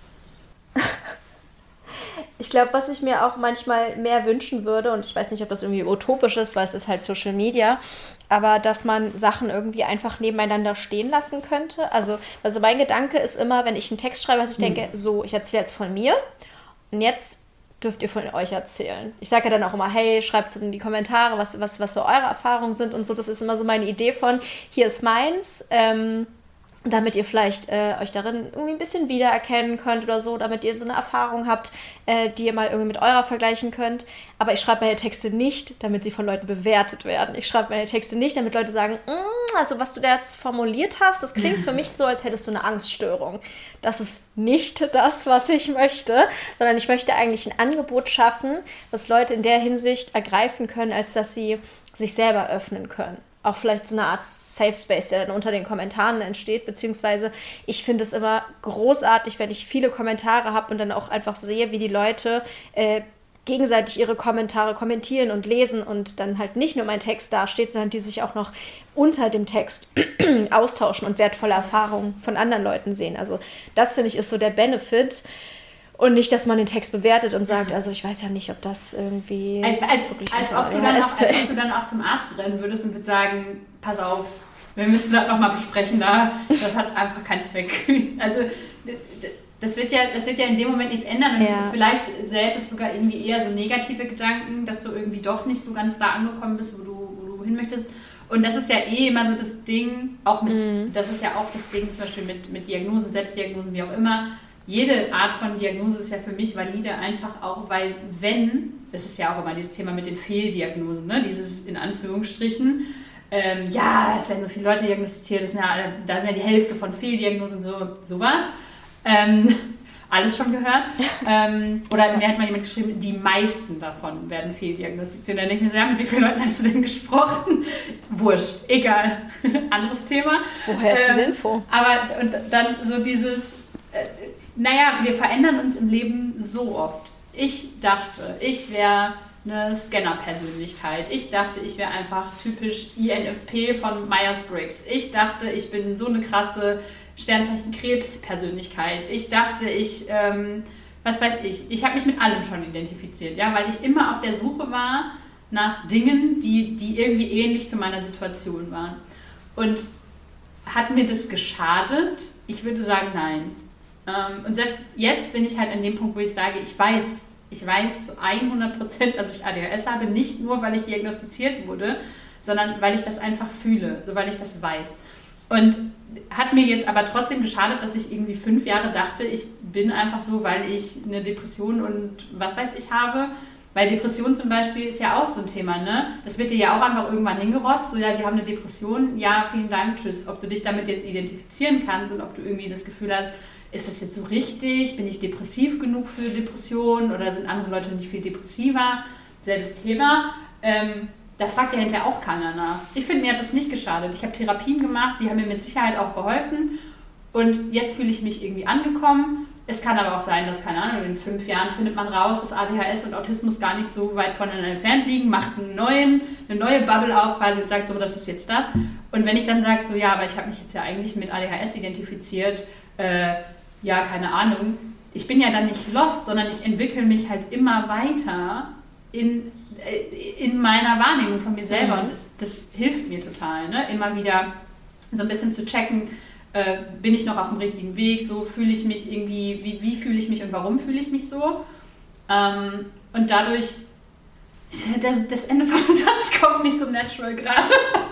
Ich glaube, was ich mir auch manchmal mehr wünschen würde, und ich weiß nicht, ob das irgendwie utopisch ist, weil es ist halt Social Media, aber dass man Sachen irgendwie einfach nebeneinander stehen lassen könnte. Also, also mein Gedanke ist immer, wenn ich einen Text schreibe, dass ich denke, hm. so, ich erzähle jetzt von mir und jetzt dürft ihr von euch erzählen. Ich sage ja dann auch immer, hey, schreibt so in die Kommentare, was, was, was so eure Erfahrungen sind und so. Das ist immer so meine Idee von, hier ist meins, ähm, damit ihr vielleicht äh, euch darin irgendwie ein bisschen wiedererkennen könnt oder so, damit ihr so eine Erfahrung habt, äh, die ihr mal irgendwie mit eurer vergleichen könnt. Aber ich schreibe meine Texte nicht, damit sie von Leuten bewertet werden. Ich schreibe meine Texte nicht, damit Leute sagen, also was du da jetzt formuliert hast, das klingt für mich so, als hättest du eine Angststörung. Das ist nicht das, was ich möchte, sondern ich möchte eigentlich ein Angebot schaffen, was Leute in der Hinsicht ergreifen können, als dass sie sich selber öffnen können. Auch vielleicht so eine Art Safe Space, der dann unter den Kommentaren entsteht, beziehungsweise ich finde es immer großartig, wenn ich viele Kommentare habe und dann auch einfach sehe, wie die Leute äh, gegenseitig ihre Kommentare kommentieren und lesen und dann halt nicht nur mein Text dasteht, sondern die sich auch noch unter dem Text austauschen und wertvolle Erfahrungen von anderen Leuten sehen. Also das, finde ich, ist so der Benefit. Und nicht, dass man den Text bewertet und sagt, also ich weiß ja nicht, ob das irgendwie... Als, als, als, ob, du dann auch, als ob du dann auch zum Arzt rennen würdest und würdest sagen, pass auf, wir müssen das nochmal besprechen, da. Das hat einfach keinen Zweck. Also das wird ja, das wird ja in dem Moment nichts ändern. Und ja. vielleicht säht es sogar irgendwie eher so negative Gedanken, dass du irgendwie doch nicht so ganz da angekommen bist, wo du, wo du hin möchtest. Und das ist ja eh immer so das Ding, auch mit, Mhm. das ist ja auch das Ding zum Beispiel mit, mit Diagnosen, Selbstdiagnosen, wie auch immer. Jede Art von Diagnose ist ja für mich valide, einfach auch, weil wenn, das ist ja auch immer dieses Thema mit den Fehldiagnosen, ne? Dieses in Anführungsstrichen, ähm, ja, es werden so viele Leute diagnostiziert, das sind ja, alle- da sind ja die Hälfte von Fehldiagnosen, so, sowas. Ähm, alles schon gehört. Ähm, oder mir hat mal jemand geschrieben, die meisten davon werden fehldiagnostiziert. Dann denke ich mir so, ja, mit wie vielen Leuten hast du denn gesprochen? Wurscht, egal. Anderes Thema. Woher ist diese Ähm, Info? Aber und dann so dieses, äh, naja, wir verändern uns im Leben so oft. Ich dachte, ich wäre eine Scanner-Persönlichkeit. Ich dachte, ich wäre einfach typisch I N F P von Myers-Briggs. Ich dachte, ich bin so eine krasse Sternzeichen Krebs-Persönlichkeit. Ich dachte, ich, ähm, was weiß ich, ich habe mich mit allem schon identifiziert, ja, weil ich immer auf der Suche war nach Dingen, die, die irgendwie ähnlich zu meiner Situation waren. Und hat mir das geschadet? Ich würde sagen, nein. Ähm, und selbst jetzt bin ich halt an dem Punkt, wo ich sage, ich weiß, ich weiß zu hundert Prozent, dass ich A D H S habe, nicht nur, weil ich diagnostiziert wurde, sondern weil ich das einfach fühle, so weil ich das weiß. Und hat mir jetzt aber trotzdem geschadet, dass ich irgendwie fünf Jahre dachte, ich bin einfach so, weil ich eine Depression und was weiß ich habe. Weil Depression zum Beispiel ist ja auch so ein Thema, ne? Das wird dir ja auch einfach irgendwann hingerotzt, so ja, sie haben eine Depression, ja, vielen Dank, tschüss. Ob du dich damit jetzt identifizieren kannst und ob du irgendwie das Gefühl hast, ist das jetzt so richtig, bin ich depressiv genug für Depressionen oder sind andere Leute nicht viel depressiver? Selbes Thema. Ähm, Da fragt ja hinterher auch keiner nach. Ich finde, mir hat das nicht geschadet. Ich habe Therapien gemacht, die haben mir mit Sicherheit auch geholfen. Und jetzt fühle ich mich irgendwie angekommen. Es kann aber auch sein, dass, keine Ahnung, in fünf Jahren findet man raus, dass A D H S und Autismus gar nicht so weit voneinander entfernt liegen, macht einen neuen, eine neue Bubble auf quasi und sagt so, das ist jetzt das. Und wenn ich dann sage, so ja, aber ich habe mich jetzt ja eigentlich mit A D H S identifiziert, äh, ja, keine Ahnung. Ich bin ja dann nicht lost, sondern ich entwickle mich halt immer weiter in in meiner Wahrnehmung von mir selber. Und das hilft mir total, ne? Immer wieder so ein bisschen zu checken, äh, bin ich noch auf dem richtigen Weg, so fühle ich mich irgendwie, wie, wie fühle ich mich und warum fühle ich mich so. Ähm, und dadurch, das, das Ende vom Satz kommt nicht so natural gerade.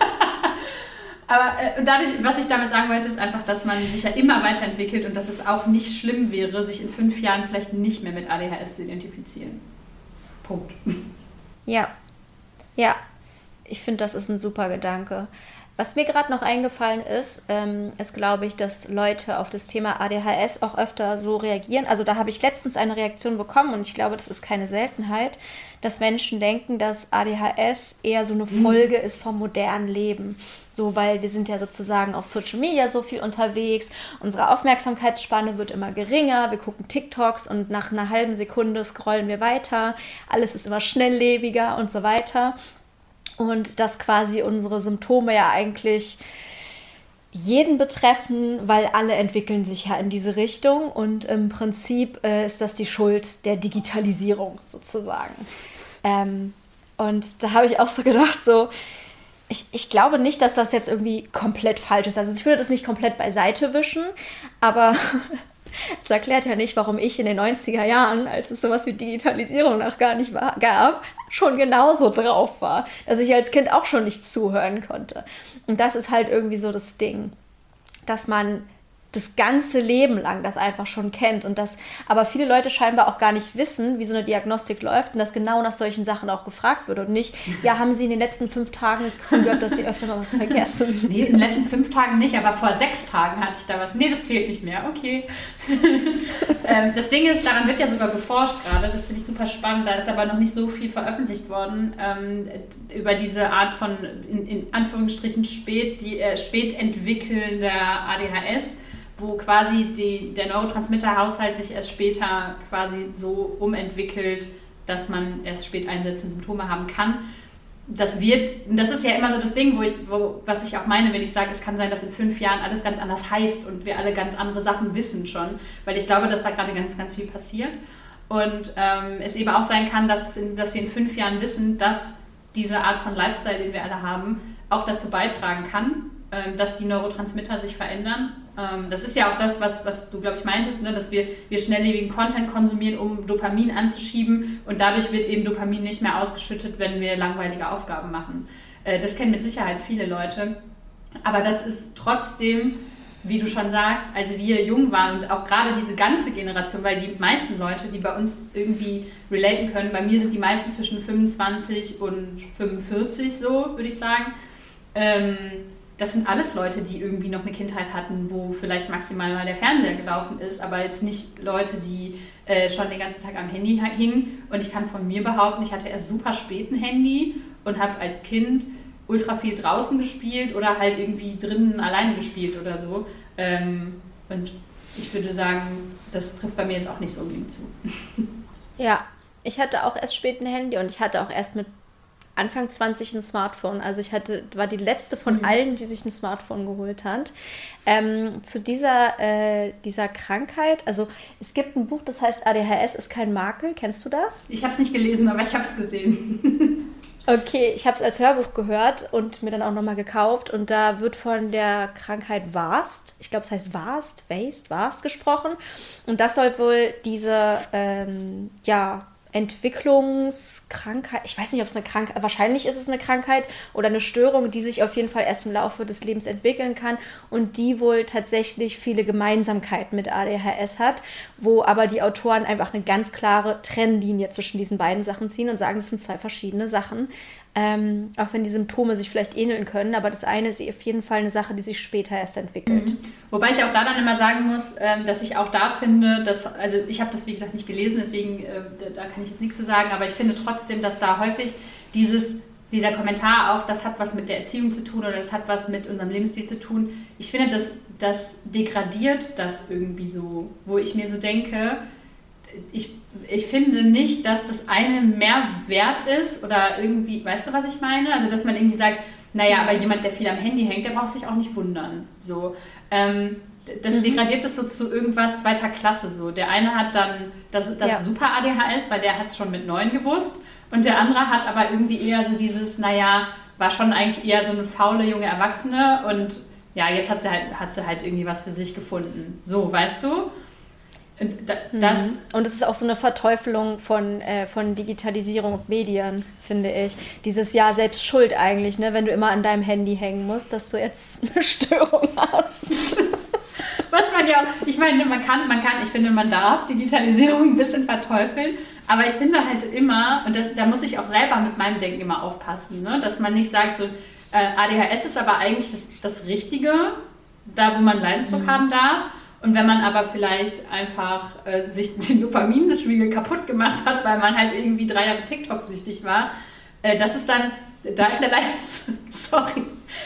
Aber äh, dadurch, was ich damit sagen wollte, ist einfach, dass man sich ja immer weiterentwickelt und dass es auch nicht schlimm wäre, sich in fünf Jahren vielleicht nicht mehr mit A D H S zu identifizieren. Punkt. Ja, ja, ich finde, das ist ein super Gedanke. Was mir gerade noch eingefallen ist, ähm, ist, glaube ich, dass Leute auf das Thema A D H S auch öfter so reagieren. Also da habe ich letztens eine Reaktion bekommen und ich glaube, das ist keine Seltenheit, dass Menschen denken, dass A D H S eher so eine Folge ist vom modernen Leben. So, weil wir sind ja sozusagen auf Social Media so viel unterwegs, unsere Aufmerksamkeitsspanne wird immer geringer, wir gucken TikToks und nach einer halben Sekunde scrollen wir weiter, alles ist immer schnelllebiger und so weiter. Und dass quasi unsere Symptome ja eigentlich jeden betreffen, weil alle entwickeln sich ja in diese Richtung und im Prinzip äh, ist das die Schuld der Digitalisierung sozusagen. Ähm, und da habe ich auch so gedacht, so, ich, ich glaube nicht, dass das jetzt irgendwie komplett falsch ist. Also ich würde das nicht komplett beiseite wischen, aber das erklärt ja nicht, warum ich in den neunziger Jahren, als es sowas wie Digitalisierung noch gar nicht war, gab, schon genauso drauf war, dass ich als Kind auch schon nicht zuhören konnte. Und das ist halt irgendwie so das Ding, dass man das ganze Leben lang das einfach schon kennt und das aber viele Leute scheinbar auch gar nicht wissen, wie so eine Diagnostik läuft und dass genau nach solchen Sachen auch gefragt wird und nicht, ja, haben Sie in den letzten fünf Tagen das Gefühl gehabt, dass Sie öfter mal was vergessen? Nee, in den letzten fünf Tagen nicht, aber vor sechs Tagen hatte ich da was. Nee, das zählt nicht mehr, okay. ähm, das Ding ist, daran wird ja sogar geforscht gerade, das finde ich super spannend, da ist aber noch nicht so viel veröffentlicht worden ähm, über diese Art von, in, in Anführungsstrichen, spät, die, äh, spät entwickelnder A D H S, wo quasi die, der Neurotransmitterhaushalt sich erst später quasi so umentwickelt, dass man erst spät einsetzende Symptome haben kann. Das wird, das ist ja immer so das Ding, wo ich, wo, was ich auch meine, wenn ich sage, es kann sein, dass in fünf Jahren alles ganz anders heißt und wir alle ganz andere Sachen wissen schon, weil ich glaube, dass da gerade ganz, ganz viel passiert. Und ähm, es eben auch sein kann, dass, in, dass wir in fünf Jahren wissen, dass diese Art von Lifestyle, den wir alle haben, auch dazu beitragen kann, ähm, dass die Neurotransmitter sich verändern. Ähm, das ist ja auch das, was, was du, glaube ich, meintest, ne? Dass wir, wir schnelllebigen Content konsumieren, um Dopamin anzuschieben und dadurch wird eben Dopamin nicht mehr ausgeschüttet, wenn wir langweilige Aufgaben machen. Äh, das kennen mit Sicherheit viele Leute. Aber das ist trotzdem, wie du schon sagst, als wir jung waren und auch gerade diese ganze Generation, weil die meisten Leute, die bei uns irgendwie relaten können, bei mir sind die meisten zwischen fünfundzwanzig und fünfundvierzig, so würde ich sagen. Ähm, das sind alles Leute, die irgendwie noch eine Kindheit hatten, wo vielleicht maximal mal der Fernseher gelaufen ist, aber jetzt nicht Leute, die äh, schon den ganzen Tag am Handy hingen. Und ich kann von mir behaupten, ich hatte erst super spät ein Handy und habe als Kind ultra viel draußen gespielt oder halt irgendwie drinnen alleine gespielt oder so. Ähm, und ich würde sagen, das trifft bei mir jetzt auch nicht so unbedingt zu. Ja, ich hatte auch erst spät ein Handy und ich hatte auch erst mit Anfang zwanzig ein Smartphone. Also ich hatte, war die letzte von mhm. allen, die sich ein Smartphone geholt hat. Ähm, zu dieser, äh, dieser Krankheit, also es gibt ein Buch, das heißt A D H S ist kein Makel. Kennst du das? Ich habe es nicht gelesen, aber ich habe es gesehen. Okay, ich habe es als Hörbuch gehört und mir dann auch nochmal gekauft und da wird von der Krankheit V A S T, ich glaube es heißt V A S T, V A S T, V A S T gesprochen und das soll wohl diese, ähm, ja, Entwicklungskrankheit, ich weiß nicht, ob es eine Krankheit, wahrscheinlich ist es eine Krankheit oder eine Störung, die sich auf jeden Fall erst im Laufe des Lebens entwickeln kann und die wohl tatsächlich viele Gemeinsamkeiten mit A D H S hat, wo aber die Autoren einfach eine ganz klare Trennlinie zwischen diesen beiden Sachen ziehen und sagen, das sind zwei verschiedene Sachen. Ähm, auch wenn die Symptome sich vielleicht ähneln können, aber das eine ist auf jeden Fall eine Sache, die sich später erst entwickelt. Mhm. Wobei ich auch da dann immer sagen muss, ähm, dass ich auch da finde, dass, also ich habe das wie gesagt nicht gelesen, deswegen äh, da kann ich jetzt nichts zu sagen, aber ich finde trotzdem, dass da häufig dieses, dieser Kommentar auch, das hat was mit der Erziehung zu tun oder das hat was mit unserem Lebensstil zu tun. Ich finde, das, das degradiert das irgendwie so, wo ich mir so denke, ich Ich finde nicht, dass das eine mehr wert ist oder irgendwie, weißt du, was ich meine? Also, dass man irgendwie sagt, naja, aber jemand, der viel am Handy hängt, der braucht sich auch nicht wundern. So, ähm, das mhm. degradiert das so zu irgendwas zweiter Klasse. So. Der eine hat dann das, das ja. super A D H S, weil der hat es schon mit neun gewusst und der andere hat aber irgendwie eher so dieses, naja, war schon eigentlich eher so eine faule junge Erwachsene und ja, jetzt hat sie halt, hat sie halt irgendwie was für sich gefunden. So, weißt du? Und, da, das mhm. und es ist auch so eine Verteufelung von, äh, von Digitalisierung und Medien, finde ich. Dieses Jahr selbst schuld eigentlich, ne, wenn du immer an deinem Handy hängen musst, dass du jetzt eine Störung hast. Was man ja auch, ich meine, man kann, man kann, ich finde, man darf Digitalisierung ein bisschen verteufeln, aber ich finde halt immer, und das, da muss ich auch selber mit meinem Denken immer aufpassen, ne, dass man nicht sagt, so, äh, A D H S ist aber eigentlich das, das Richtige, da wo man Leidensdruck mhm. haben darf. Und wenn man aber vielleicht einfach äh, sich den Dopaminspiegel kaputt gemacht hat, weil man halt irgendwie drei Jahre TikTok-süchtig war, äh, das ist dann, da ist der Leidensdruck, sorry,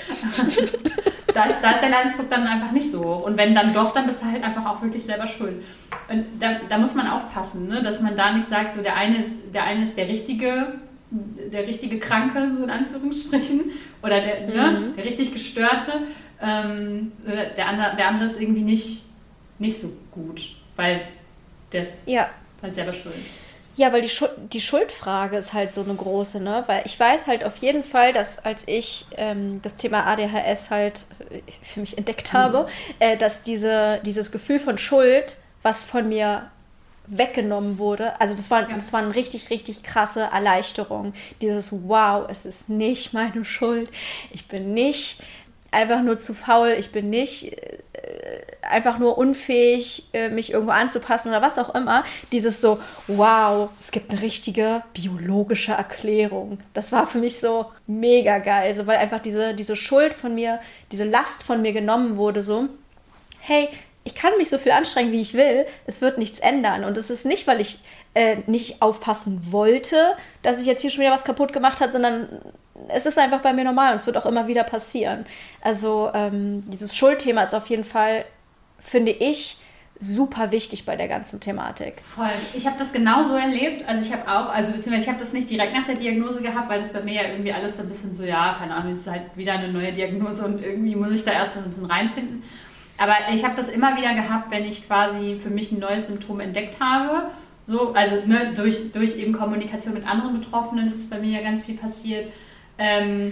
da, ist, da ist der Leidensdruck dann einfach nicht so. Und wenn dann doch, dann bist du halt einfach auch wirklich selber schuld. Und da, da muss man aufpassen, ne? Dass man da nicht sagt, so der eine ist der, eine ist der richtige, der richtige Kranke, so in Anführungsstrichen, oder der, mhm. ne? der richtig Gestörte, ähm, der, andere, der andere ist irgendwie nicht nicht so gut, weil der ist ja. halt selber schuld. Ja, weil die, Schuld, die Schuldfrage ist halt so eine große, ne? Weil ich weiß halt auf jeden Fall, dass als ich ähm, das Thema A D H S halt für mich entdeckt habe, mhm. äh, dass diese, dieses Gefühl von Schuld, was von mir weggenommen wurde, also das war, ja. das war eine richtig, richtig krasse Erleichterung. Dieses wow, es ist nicht meine Schuld, ich bin nicht einfach nur zu faul, ich bin nicht äh, einfach nur unfähig, äh, mich irgendwo anzupassen oder was auch immer. Dieses so, wow, es gibt eine richtige biologische Erklärung. Das war für mich so mega geil, so, weil einfach diese, diese Schuld von mir, diese Last von mir genommen wurde, so, hey, ich kann mich so viel anstrengen, wie ich will, es wird nichts ändern. Und es ist nicht, weil ich äh, nicht aufpassen wollte, dass ich jetzt hier schon wieder was kaputt gemacht habe, sondern es ist einfach bei mir normal und es wird auch immer wieder passieren. Also ähm, dieses Schuldthema ist auf jeden Fall, finde ich, super wichtig bei der ganzen Thematik. Voll. Ich habe das genauso erlebt. Also ich habe auch, also beziehungsweise ich habe das nicht direkt nach der Diagnose gehabt, weil das bei mir ja irgendwie alles so ein bisschen so, ja, keine Ahnung, jetzt ist halt wieder eine neue Diagnose und irgendwie muss ich da erstmal ein bisschen reinfinden. Aber ich habe das immer wieder gehabt, wenn ich quasi für mich ein neues Symptom entdeckt habe. So, also ne, durch, durch eben Kommunikation mit anderen Betroffenen ist es bei mir ja ganz viel passiert. Ähm,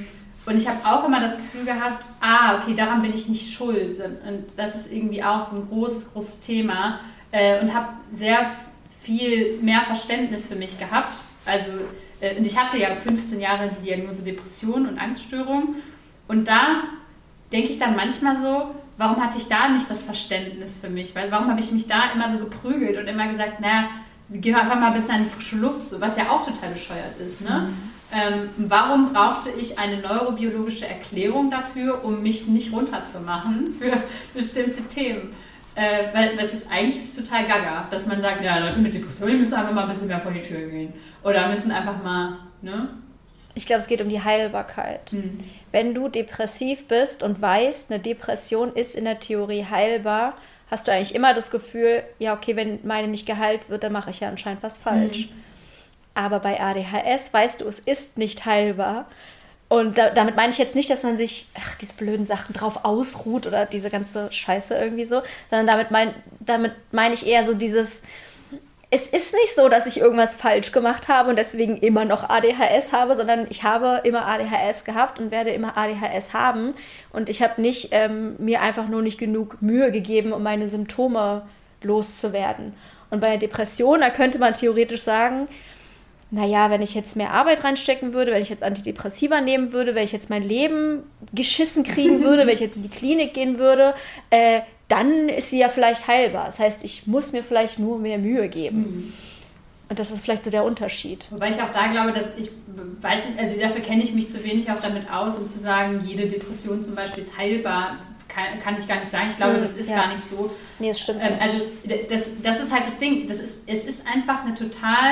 Und ich habe auch immer das Gefühl gehabt, ah, okay, daran bin ich nicht schuld. Und das ist irgendwie auch so ein großes, großes Thema. Und habe sehr viel mehr Verständnis für mich gehabt. Also, und ich hatte ja fünfzehn Jahre die Diagnose Depression und Angststörung. Und da denke ich dann manchmal so, warum hatte ich da nicht das Verständnis für mich? Weil, warum habe ich mich da immer so geprügelt und immer gesagt, naja, wir gehen einfach mal ein bisschen an die frische Luft, so, was ja auch total bescheuert ist. Ne? Mhm. Ähm, warum brauchte ich eine neurobiologische Erklärung dafür, um mich nicht runterzumachen für bestimmte Themen? Äh, weil das ist eigentlich ist total gaga, dass man sagt, ja, Leute mit Depressionen müssen einfach mal ein bisschen mehr vor die Tür gehen. Oder müssen einfach mal, ne? Ich glaube, es geht um die Heilbarkeit. Hm. Wenn du depressiv bist und weißt, eine Depression ist in der Theorie heilbar, hast du eigentlich immer das Gefühl, ja, okay, wenn meine nicht geheilt wird, dann mache ich ja anscheinend was falsch. Hm. Aber bei A D H S weißt du, es ist nicht heilbar. Und da, damit meine ich jetzt nicht, dass man sich, ach, diese blöden Sachen drauf ausruht oder diese ganze Scheiße irgendwie so, sondern damit, mein, damit meine ich eher so dieses, es ist nicht so, dass ich irgendwas falsch gemacht habe und deswegen immer noch A D H S habe, sondern ich habe immer A D H S gehabt und werde immer A D H S haben. Und ich habe nicht ähm, mir einfach nur nicht genug Mühe gegeben, um meine Symptome loszuwerden. Und bei der Depression, da könnte man theoretisch sagen, naja, wenn ich jetzt mehr Arbeit reinstecken würde, wenn ich jetzt Antidepressiva nehmen würde, wenn ich jetzt mein Leben geschissen kriegen würde, wenn ich jetzt in die Klinik gehen würde, äh, dann ist sie ja vielleicht heilbar. Das heißt, ich muss mir vielleicht nur mehr Mühe geben. Mhm. Und das ist vielleicht so der Unterschied. Wobei ich auch da glaube, dass ich, weiß nicht, also dafür kenne ich mich zu wenig auch damit aus, um zu sagen, jede Depression zum Beispiel ist heilbar. Kann, kann ich gar nicht sagen. Ich glaube, das ist ja. gar nicht so. Nee, das stimmt ähm, nicht. Also das, das ist halt das Ding. Das ist, es ist einfach eine total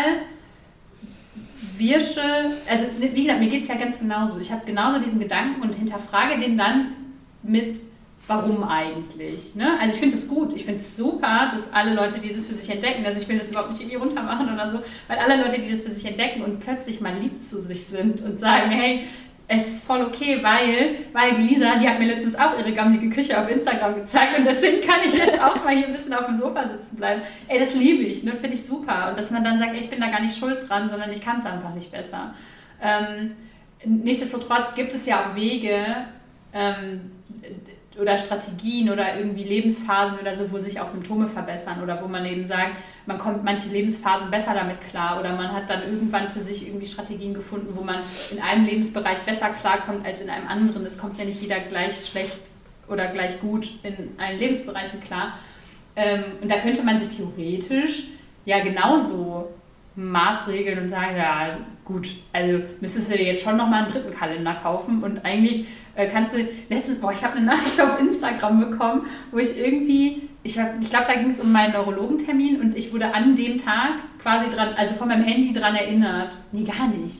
wirsche, also wie gesagt, mir geht es ja ganz genauso. Ich habe genauso diesen Gedanken und hinterfrage den dann mit, warum eigentlich? Ne? Also ich finde es gut, ich finde es super, dass alle Leute dieses für sich entdecken, also ich will das überhaupt nicht irgendwie runtermachen oder so, weil alle Leute, die das für sich entdecken und plötzlich mal lieb zu sich sind und sagen, hey, es ist voll okay, weil, weil die Lisa, die hat mir letztens auch ihre gammelige Küche auf Instagram gezeigt und deswegen kann ich jetzt auch mal hier ein bisschen auf dem Sofa sitzen bleiben. Ey, das liebe ich, ne? Finde ich super. Und dass man dann sagt, ey, ich bin da gar nicht schuld dran, sondern ich kann es einfach nicht besser. Ähm, nichtsdestotrotz gibt es ja auch Wege ähm, oder Strategien oder irgendwie Lebensphasen oder so, wo sich auch Symptome verbessern oder wo man eben sagt, man kommt manche Lebensphasen besser damit klar oder man hat dann irgendwann für sich irgendwie Strategien gefunden, wo man in einem Lebensbereich besser klarkommt als in einem anderen. Es kommt ja nicht jeder gleich schlecht oder gleich gut in allen Lebensbereichen klar. Ähm, und da könnte man sich theoretisch ja genauso maßregeln und sagen, ja gut, also müsstest du dir jetzt schon nochmal einen dritten Kalender kaufen und eigentlich äh, kannst du, letztens, boah, ich habe eine Nachricht auf Instagram bekommen, wo ich irgendwie, ich, ich glaube, da ging es um meinen Neurologentermin und ich wurde an dem Tag quasi dran, also von meinem Handy dran erinnert. Nee, gar nicht.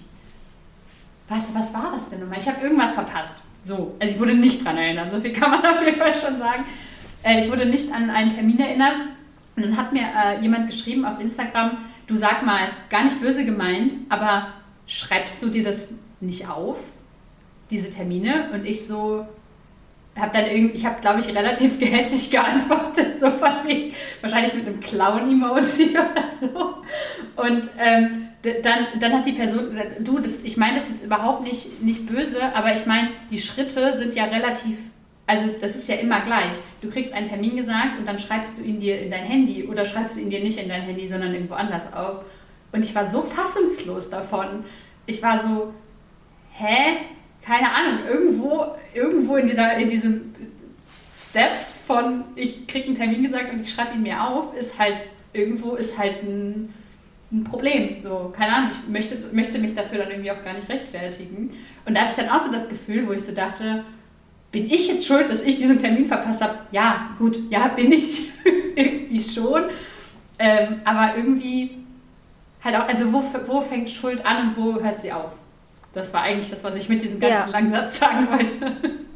Warte, was war das denn nochmal? Ich habe irgendwas verpasst. So, also ich wurde nicht dran erinnert, so viel kann man auf jeden Fall schon sagen. Äh, ich wurde nicht an einen Termin erinnert und dann hat mir äh, jemand geschrieben auf Instagram, du sag mal, gar nicht böse gemeint, aber schreibst du dir das nicht auf, diese Termine? Und ich so, habe dann irgendwie, ich habe, glaube ich, relativ gehässig geantwortet, so von wegen, wahrscheinlich mit einem Clown-Emoji oder so. Und ähm, dann, dann hat die Person gesagt, du, das, ich meine das jetzt überhaupt nicht, nicht böse, aber ich meine, die Schritte sind ja relativ, also das ist ja immer gleich. Du kriegst einen Termin gesagt und dann schreibst du ihn dir in dein Handy oder schreibst du ihn dir nicht in dein Handy, sondern irgendwo anders auf. Und ich war so fassungslos davon. Ich war so, hä? Keine Ahnung, irgendwo, irgendwo in, dieser, in diesen Steps von ich krieg einen Termin gesagt und ich schreibe ihn mir auf, ist halt, irgendwo ist halt ein, ein Problem. So, keine Ahnung, ich möchte, möchte mich dafür dann irgendwie auch gar nicht rechtfertigen. Und da hatte ich dann auch so das Gefühl, wo ich so dachte, bin ich jetzt schuld, dass ich diesen Termin verpasst habe? Ja, gut, ja, bin ich irgendwie schon. Ähm, aber irgendwie halt auch, also wo, wo fängt Schuld an und wo hört sie auf? Das war eigentlich das, was ich mit diesem ganzen ja. langen Satz sagen wollte.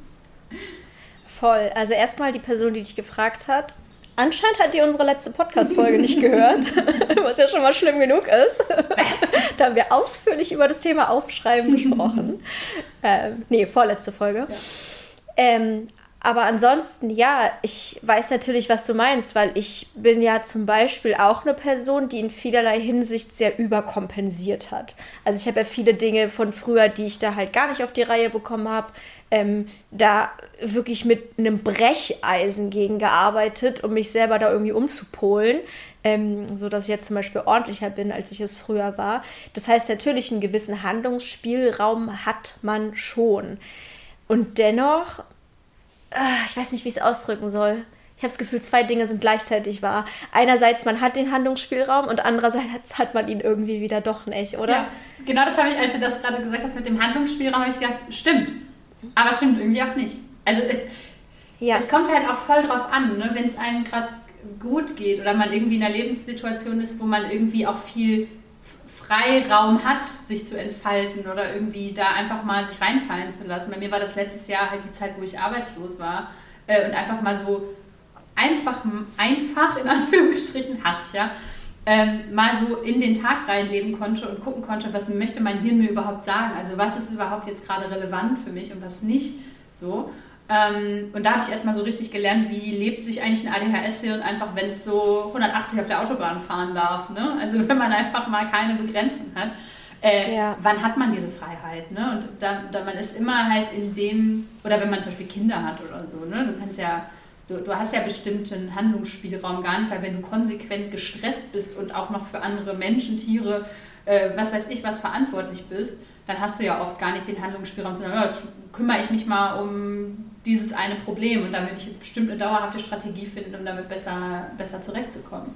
Voll. Also erstmal die Person, die dich gefragt hat. Anscheinend hat die unsere letzte Podcast-Folge nicht gehört, was ja schon mal schlimm genug ist. Da haben wir ausführlich über das Thema Aufschreiben gesprochen. ähm, nee, vorletzte Folge. Ja. Ähm, Aber ansonsten, ja, ich weiß natürlich, was du meinst, weil ich bin ja zum Beispiel auch eine Person, die in vielerlei Hinsicht sehr überkompensiert hat. Also ich habe ja viele Dinge von früher, die ich da halt gar nicht auf die Reihe bekommen habe, ähm, da wirklich mit einem Brecheisen gegen gearbeitet, um mich selber da irgendwie umzupolen, ähm, so dass ich jetzt zum Beispiel ordentlicher bin, als ich es früher war. Das heißt, natürlich einen gewissen Handlungsspielraum hat man schon. Und dennoch, ich weiß nicht, wie ich es ausdrücken soll. Ich habe das Gefühl, zwei Dinge sind gleichzeitig wahr. Einerseits, man hat den Handlungsspielraum und andererseits hat man ihn irgendwie wieder doch nicht, oder? Ja, genau das habe ich, als du das gerade gesagt hast mit dem Handlungsspielraum, habe ich gedacht, stimmt. Aber stimmt irgendwie auch nicht. Also ja. Es kommt halt auch voll drauf an, ne? Wenn es einem gerade gut geht oder man irgendwie in einer Lebenssituation ist, wo man irgendwie auch viel Freiraum hat, sich zu entfalten oder irgendwie da einfach mal sich reinfallen zu lassen. Bei mir war das letztes Jahr halt die Zeit, wo ich arbeitslos war äh, und einfach mal so einfach, einfach in Anführungsstrichen, Hass, ja, ähm, mal so in den Tag reinleben konnte und gucken konnte, was möchte mein Hirn mir überhaupt sagen, also was ist überhaupt jetzt gerade relevant für mich und was nicht, so. Ähm, und da habe ich erstmal so richtig gelernt, wie lebt sich eigentlich ein A D H S-Hirn einfach, wenn es so hundertachtzig auf der Autobahn fahren darf. Ne? Also wenn man einfach mal keine Begrenzung hat. Äh, ja. Wann hat man diese Freiheit? Ne? Und da, da man ist immer halt in dem, oder wenn man zum Beispiel Kinder hat oder so, ne? du kannst ja, du, du hast ja bestimmten Handlungsspielraum gar nicht, weil wenn du konsequent gestresst bist und auch noch für andere Menschen, Tiere, äh, was weiß ich, was verantwortlich bist, dann hast du ja oft gar nicht den Handlungsspielraum, sondern ja, jetzt kümmere ich mich mal um dieses eine Problem und da würde ich jetzt bestimmt eine dauerhafte Strategie finden, um damit besser, besser zurechtzukommen.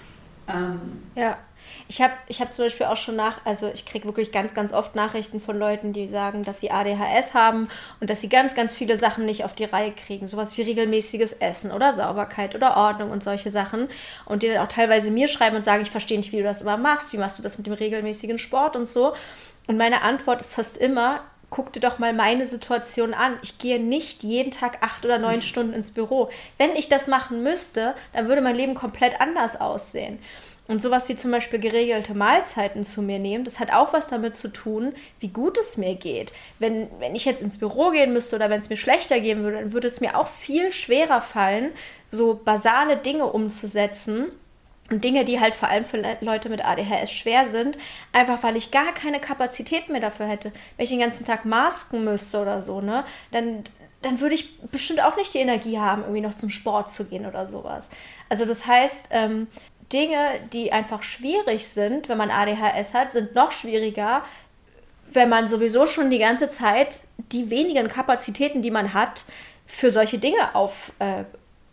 Ähm. Ja, ich habe ich hab zum Beispiel auch schon nach, also ich kriege wirklich ganz, ganz oft Nachrichten von Leuten, die sagen, dass sie A D H S haben und dass sie ganz, ganz viele Sachen nicht auf die Reihe kriegen. Sowas wie regelmäßiges Essen oder Sauberkeit oder Ordnung und solche Sachen. Und die dann auch teilweise mir schreiben und sagen, ich verstehe nicht, wie du das immer machst, wie machst du das mit dem regelmäßigen Sport und so. Und meine Antwort ist fast immer, guck dir doch mal meine Situation an. Ich gehe nicht jeden Tag acht oder neun Stunden ins Büro. Wenn ich das machen müsste, dann würde mein Leben komplett anders aussehen. Und sowas wie zum Beispiel geregelte Mahlzeiten zu mir nehmen, das hat auch was damit zu tun, wie gut es mir geht. Wenn, wenn ich jetzt ins Büro gehen müsste oder wenn es mir schlechter gehen würde, dann würde es mir auch viel schwerer fallen, so basale Dinge umzusetzen. Und Dinge, die halt vor allem für Leute mit A D H S schwer sind, einfach weil ich gar keine Kapazität mehr dafür hätte. Wenn ich den ganzen Tag masken müsste oder so, ne, dann, dann würde ich bestimmt auch nicht die Energie haben, irgendwie noch zum Sport zu gehen oder sowas. Also das heißt, ähm, Dinge, die einfach schwierig sind, wenn man A D H S hat, sind noch schwieriger, wenn man sowieso schon die ganze Zeit die wenigen Kapazitäten, die man hat, für solche Dinge auf, äh,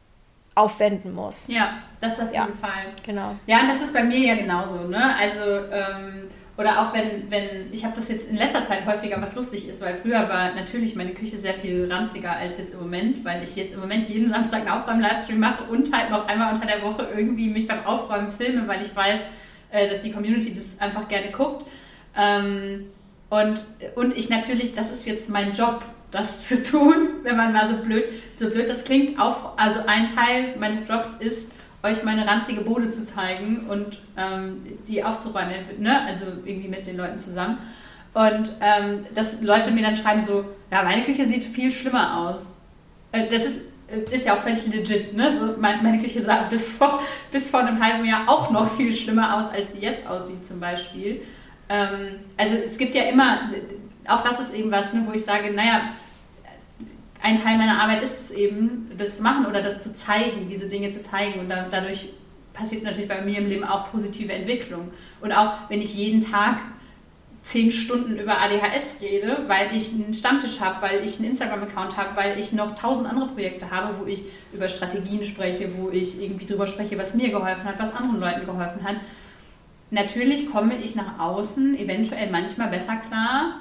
aufwenden muss. Ja, das auf jeden ja, Fall. Genau. Ja, und das ist bei mir ja genauso, ne? Also, ähm, oder auch wenn, wenn, ich habe das jetzt in letzter Zeit häufiger, was lustig ist, weil früher war natürlich meine Küche sehr viel ranziger als jetzt im Moment, weil ich jetzt im Moment jeden Samstag einen Aufräumen-Livestream mache und halt noch einmal unter der Woche irgendwie mich beim Aufräumen filme, weil ich weiß, äh, dass die Community das einfach gerne guckt. Ähm, und, und ich natürlich, das ist jetzt mein Job, das zu tun, wenn man mal so blöd, so blöd das klingt. Auf, also ein Teil meines Jobs ist, euch meine ranzige Bude zu zeigen und ähm, die aufzuräumen, ne? Also irgendwie mit den Leuten zusammen. Und ähm, dass Leute mir dann schreiben so, ja, meine Küche sieht viel schlimmer aus. Äh, das ist, ist ja auch völlig legit, ne? So, mein, meine Küche sah bis vor, bis vor einem halben Jahr auch noch viel schlimmer aus, als sie jetzt aussieht zum Beispiel. Ähm, also es gibt ja immer, auch das ist eben was, ne, wo ich sage, naja, ein Teil meiner Arbeit ist es eben, das zu machen oder das zu zeigen, diese Dinge zu zeigen. Und da, dadurch passiert natürlich bei mir im Leben auch positive Entwicklung. Und auch wenn ich jeden Tag zehn Stunden über A D H S rede, weil ich einen Stammtisch habe, weil ich einen Instagram-Account habe, weil ich noch tausend andere Projekte habe, wo ich über Strategien spreche, wo ich irgendwie drüber spreche, was mir geholfen hat, was anderen Leuten geholfen hat. Natürlich komme ich nach außen eventuell manchmal besser klar,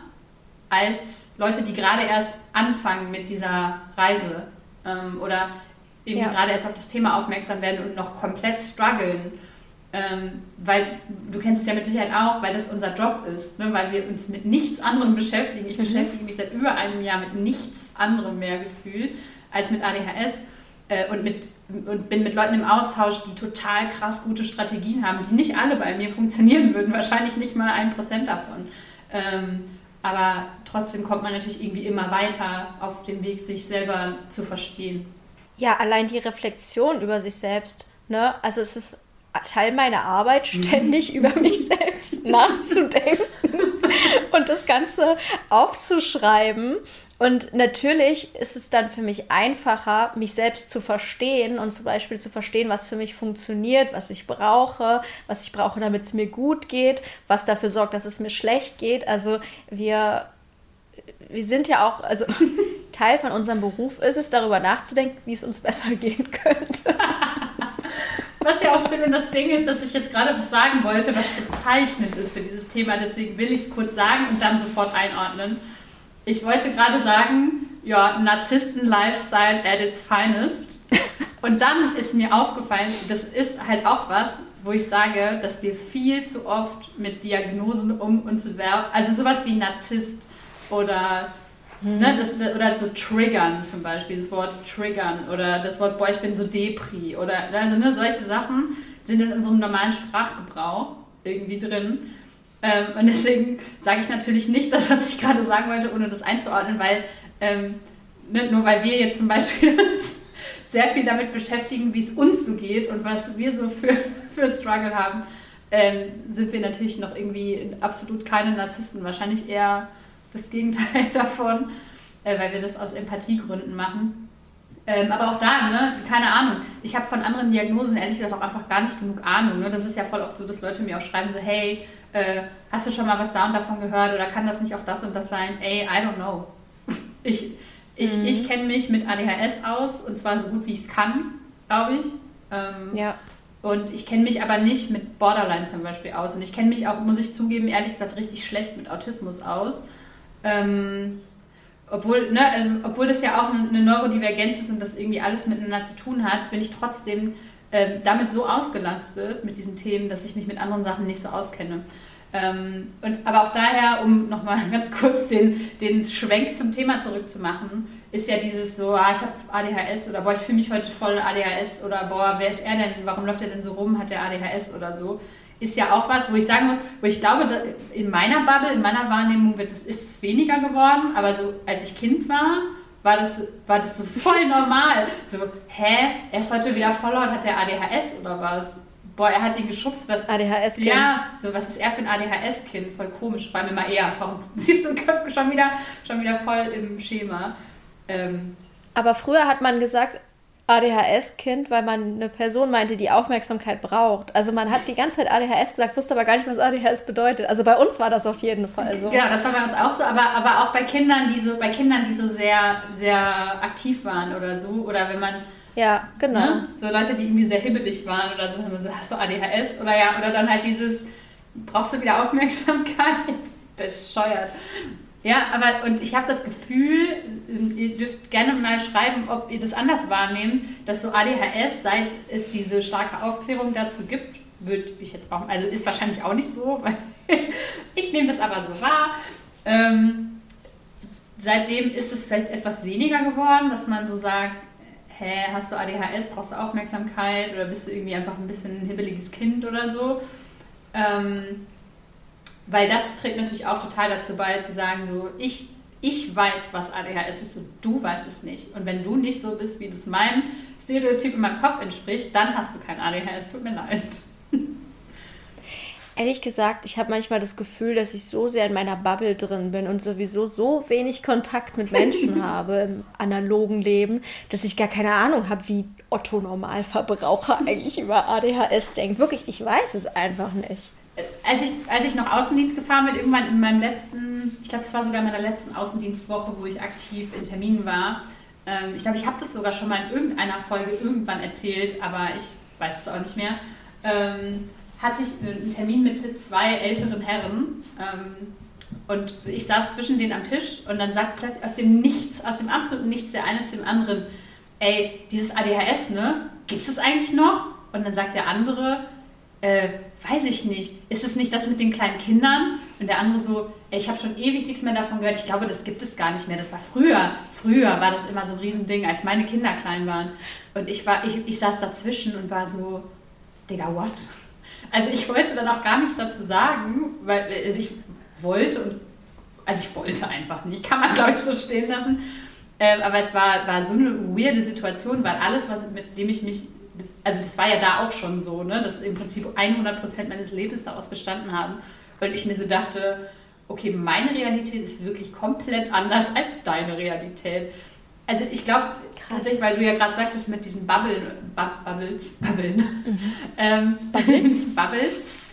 als Leute, die gerade erst anfangen mit dieser Reise ähm, oder eben ja. gerade erst auf das Thema aufmerksam werden und noch komplett strugglen. Ähm, weil, du kennst es ja mit Sicherheit auch, weil das unser Job ist, ne? Weil wir uns mit nichts anderem beschäftigen. Ich mhm. beschäftige mich seit über einem Jahr mit nichts anderem mehr gefühlt als mit A D H S äh, und, mit, und bin mit Leuten im Austausch, die total krass gute Strategien haben, die nicht alle bei mir funktionieren würden, wahrscheinlich nicht mal ein Prozent davon. Ähm, aber trotzdem kommt man natürlich irgendwie immer weiter auf dem Weg, sich selber zu verstehen. Ja, allein die Reflexion über sich selbst, ne? Also es ist Teil meiner Arbeit, ständig über mich selbst nachzudenken und das Ganze aufzuschreiben. Und natürlich ist es dann für mich einfacher, mich selbst zu verstehen und zum Beispiel zu verstehen, was für mich funktioniert, was ich brauche, was ich brauche, damit es mir gut geht, was dafür sorgt, dass es mir schlecht geht. Also wir, wir sind ja auch, also Teil von unserem Beruf ist es, darüber nachzudenken, wie es uns besser gehen könnte. Was ja auch stimmt, und das Ding ist, dass ich jetzt gerade was sagen wollte, was bezeichnend ist für dieses Thema. Deswegen will ich es kurz sagen und dann sofort einordnen. Ich wollte gerade sagen, ja, Narzissten-Lifestyle at its finest. Und dann ist mir aufgefallen, das ist halt auch was, wo ich sage, dass wir viel zu oft mit Diagnosen um uns werfen. Also sowas wie Narzisst oder, mhm. ne, das, oder so triggern zum Beispiel, das Wort triggern oder das Wort, boah, ich bin so Depri oder also ne, solche Sachen sind in unserem normalen Sprachgebrauch irgendwie drin. Ähm, und deswegen sage ich natürlich nicht das, was ich gerade sagen wollte, ohne das einzuordnen, weil ähm, ne, nur weil wir jetzt zum Beispiel uns sehr viel damit beschäftigen, wie es uns so geht und was wir so für, für Struggle haben, ähm, sind wir natürlich noch irgendwie absolut keine Narzissten. Wahrscheinlich eher das Gegenteil davon, äh, weil wir das aus Empathiegründen machen. Ähm, aber auch da, ne, keine Ahnung. Ich habe von anderen Diagnosen ehrlich gesagt auch einfach gar nicht genug Ahnung. Ne? Das ist ja voll oft so, dass Leute mir auch schreiben so, hey, äh, hast du schon mal was da und davon gehört oder kann das nicht auch das und das sein? Ey, I don't know. Ich, ich, mhm. ich kenne mich mit A D H S aus und zwar so gut wie ich es kann, glaube ich. Ähm, ja. Und ich kenne mich aber nicht mit Borderline zum Beispiel aus. Und ich kenne mich auch, muss ich zugeben, ehrlich gesagt richtig schlecht mit Autismus aus. Ähm, obwohl, ne, also, obwohl das ja auch eine Neurodivergenz ist und das irgendwie alles miteinander zu tun hat, bin ich trotzdem ähm, damit so ausgelastet mit diesen Themen, dass ich mich mit anderen Sachen nicht so auskenne. Ähm, und, aber auch daher, um nochmal ganz kurz den, den Schwenk zum Thema zurückzumachen, ist ja dieses so, ah, ich habe A D H S oder boah, ich fühle mich heute voll A D H S oder boah, wer ist er denn, warum läuft er denn so rum, hat der A D H S oder so, ist ja auch was, wo ich sagen muss, wo ich glaube, in meiner Bubble, in meiner Wahrnehmung wird es, ist es weniger geworden, aber so als ich Kind war, war das, war das so voll normal. So, hä, er ist heute wieder voll laut, hat der A D H S oder was? Boah, er hat ihn geschubst, was... A D H S-Kind. Ja, so, was ist er für ein A D H S-Kind? Voll komisch, war mir mal eher. Warum siehst du, schon wieder, schon wieder voll im Schema. Ähm. Aber früher hat man gesagt, A D H S-Kind, weil man eine Person meinte, die Aufmerksamkeit braucht. Also man hat die ganze Zeit A D H S gesagt, wusste aber gar nicht, was A D H S bedeutet. Also bei uns war das auf jeden Fall so. Genau, das war bei uns auch so, aber, aber auch bei Kindern, die so, bei Kindern, die so sehr, sehr aktiv waren oder so. Oder wenn man... Ja, genau. Ne? So Leute, die irgendwie sehr hibbelig waren oder so, haben wir so, hast du A D H S? Oder ja, oder dann halt dieses, brauchst du wieder Aufmerksamkeit? Bescheuert. Ja, aber und ich habe das Gefühl, ihr dürft gerne mal schreiben, ob ihr das anders wahrnehmt, dass so A D H S, seit es diese starke Aufklärung dazu gibt, würde ich jetzt auch, also ist wahrscheinlich auch nicht so, weil ich nehme das aber so wahr. Ähm, seitdem ist es vielleicht etwas weniger geworden, dass man so sagt, hä, hast du A D H S, brauchst du Aufmerksamkeit oder bist du irgendwie einfach ein bisschen ein hibbeliges Kind oder so. Ähm, weil das trägt natürlich auch total dazu bei, zu sagen, so, ich, ich weiß, was A D H S ist und du weißt es nicht. Und wenn du nicht so bist, wie das meinem Stereotyp in meinem Kopf entspricht, dann hast du kein A D H S, tut mir leid. Ehrlich gesagt, ich habe manchmal das Gefühl, dass ich so sehr in meiner Bubble drin bin und sowieso so wenig Kontakt mit Menschen habe im analogen Leben, dass ich gar keine Ahnung habe, wie Otto-Normalverbraucher eigentlich über A D H S denkt. Wirklich, ich weiß es einfach nicht. Als ich, als ich noch Außendienst gefahren bin, irgendwann in meinem letzten, ich glaube, es war sogar in meiner letzten Außendienstwoche, wo ich aktiv in Terminen war. Ähm, ich glaube, ich habe das sogar schon mal in irgendeiner Folge irgendwann erzählt, aber ich weiß es auch nicht mehr. Ähm, hatte ich einen Termin mit zwei älteren Herren ähm, und ich saß zwischen denen am Tisch und dann sagt plötzlich aus dem Nichts, aus dem absoluten Nichts der eine zu dem anderen, ey, dieses A D H S, ne, gibt es das eigentlich noch? Und dann sagt der andere, äh, weiß ich nicht, ist es nicht das mit den kleinen Kindern? Und der andere so, ey, ich habe schon ewig nichts mehr davon gehört, ich glaube, das gibt es gar nicht mehr, das war früher, früher war das immer so ein Riesending, als meine Kinder klein waren. Und ich, war, ich, ich saß dazwischen und war so, Digga, what? Also ich wollte dann auch gar nichts dazu sagen, weil also ich wollte und Also ich wollte einfach nicht, kann man glaube ich so stehen lassen. Ähm, aber es war, war so eine weirde Situation, weil alles, was mit dem ich mich, also das war ja da auch schon so, ne, dass im Prinzip hundert Prozent meines Lebens daraus bestanden haben. Und ich mir so dachte, okay, meine Realität ist wirklich komplett anders als deine Realität. Also ich glaube tatsächlich, weil du ja gerade sagtest mit diesen Bubblen, Bu- Bubbles, Bubbeln, mhm. ähm, Bubbles, Bubbles,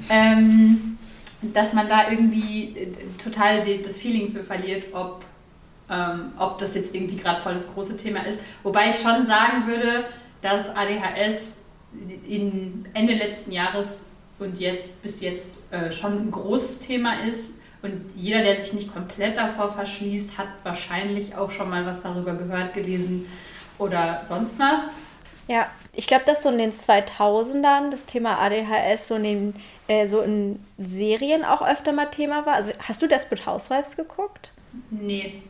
ähm, dass man da irgendwie total die, das Feeling für verliert, ob, ähm, ob das jetzt irgendwie gerade voll das große Thema ist. Wobei ich schon sagen würde, dass A D H S in Ende letzten Jahres und jetzt bis jetzt äh, schon ein großes Thema ist. Und jeder, der sich nicht komplett davor verschließt, hat wahrscheinlich auch schon mal was darüber gehört, gelesen oder sonst was. Ja, ich glaube, dass so in den zweitausendern das Thema A D H S so in, den, äh, so in Serien auch öfter mal Thema war. Also hast du Desperate Housewives geguckt? Nee.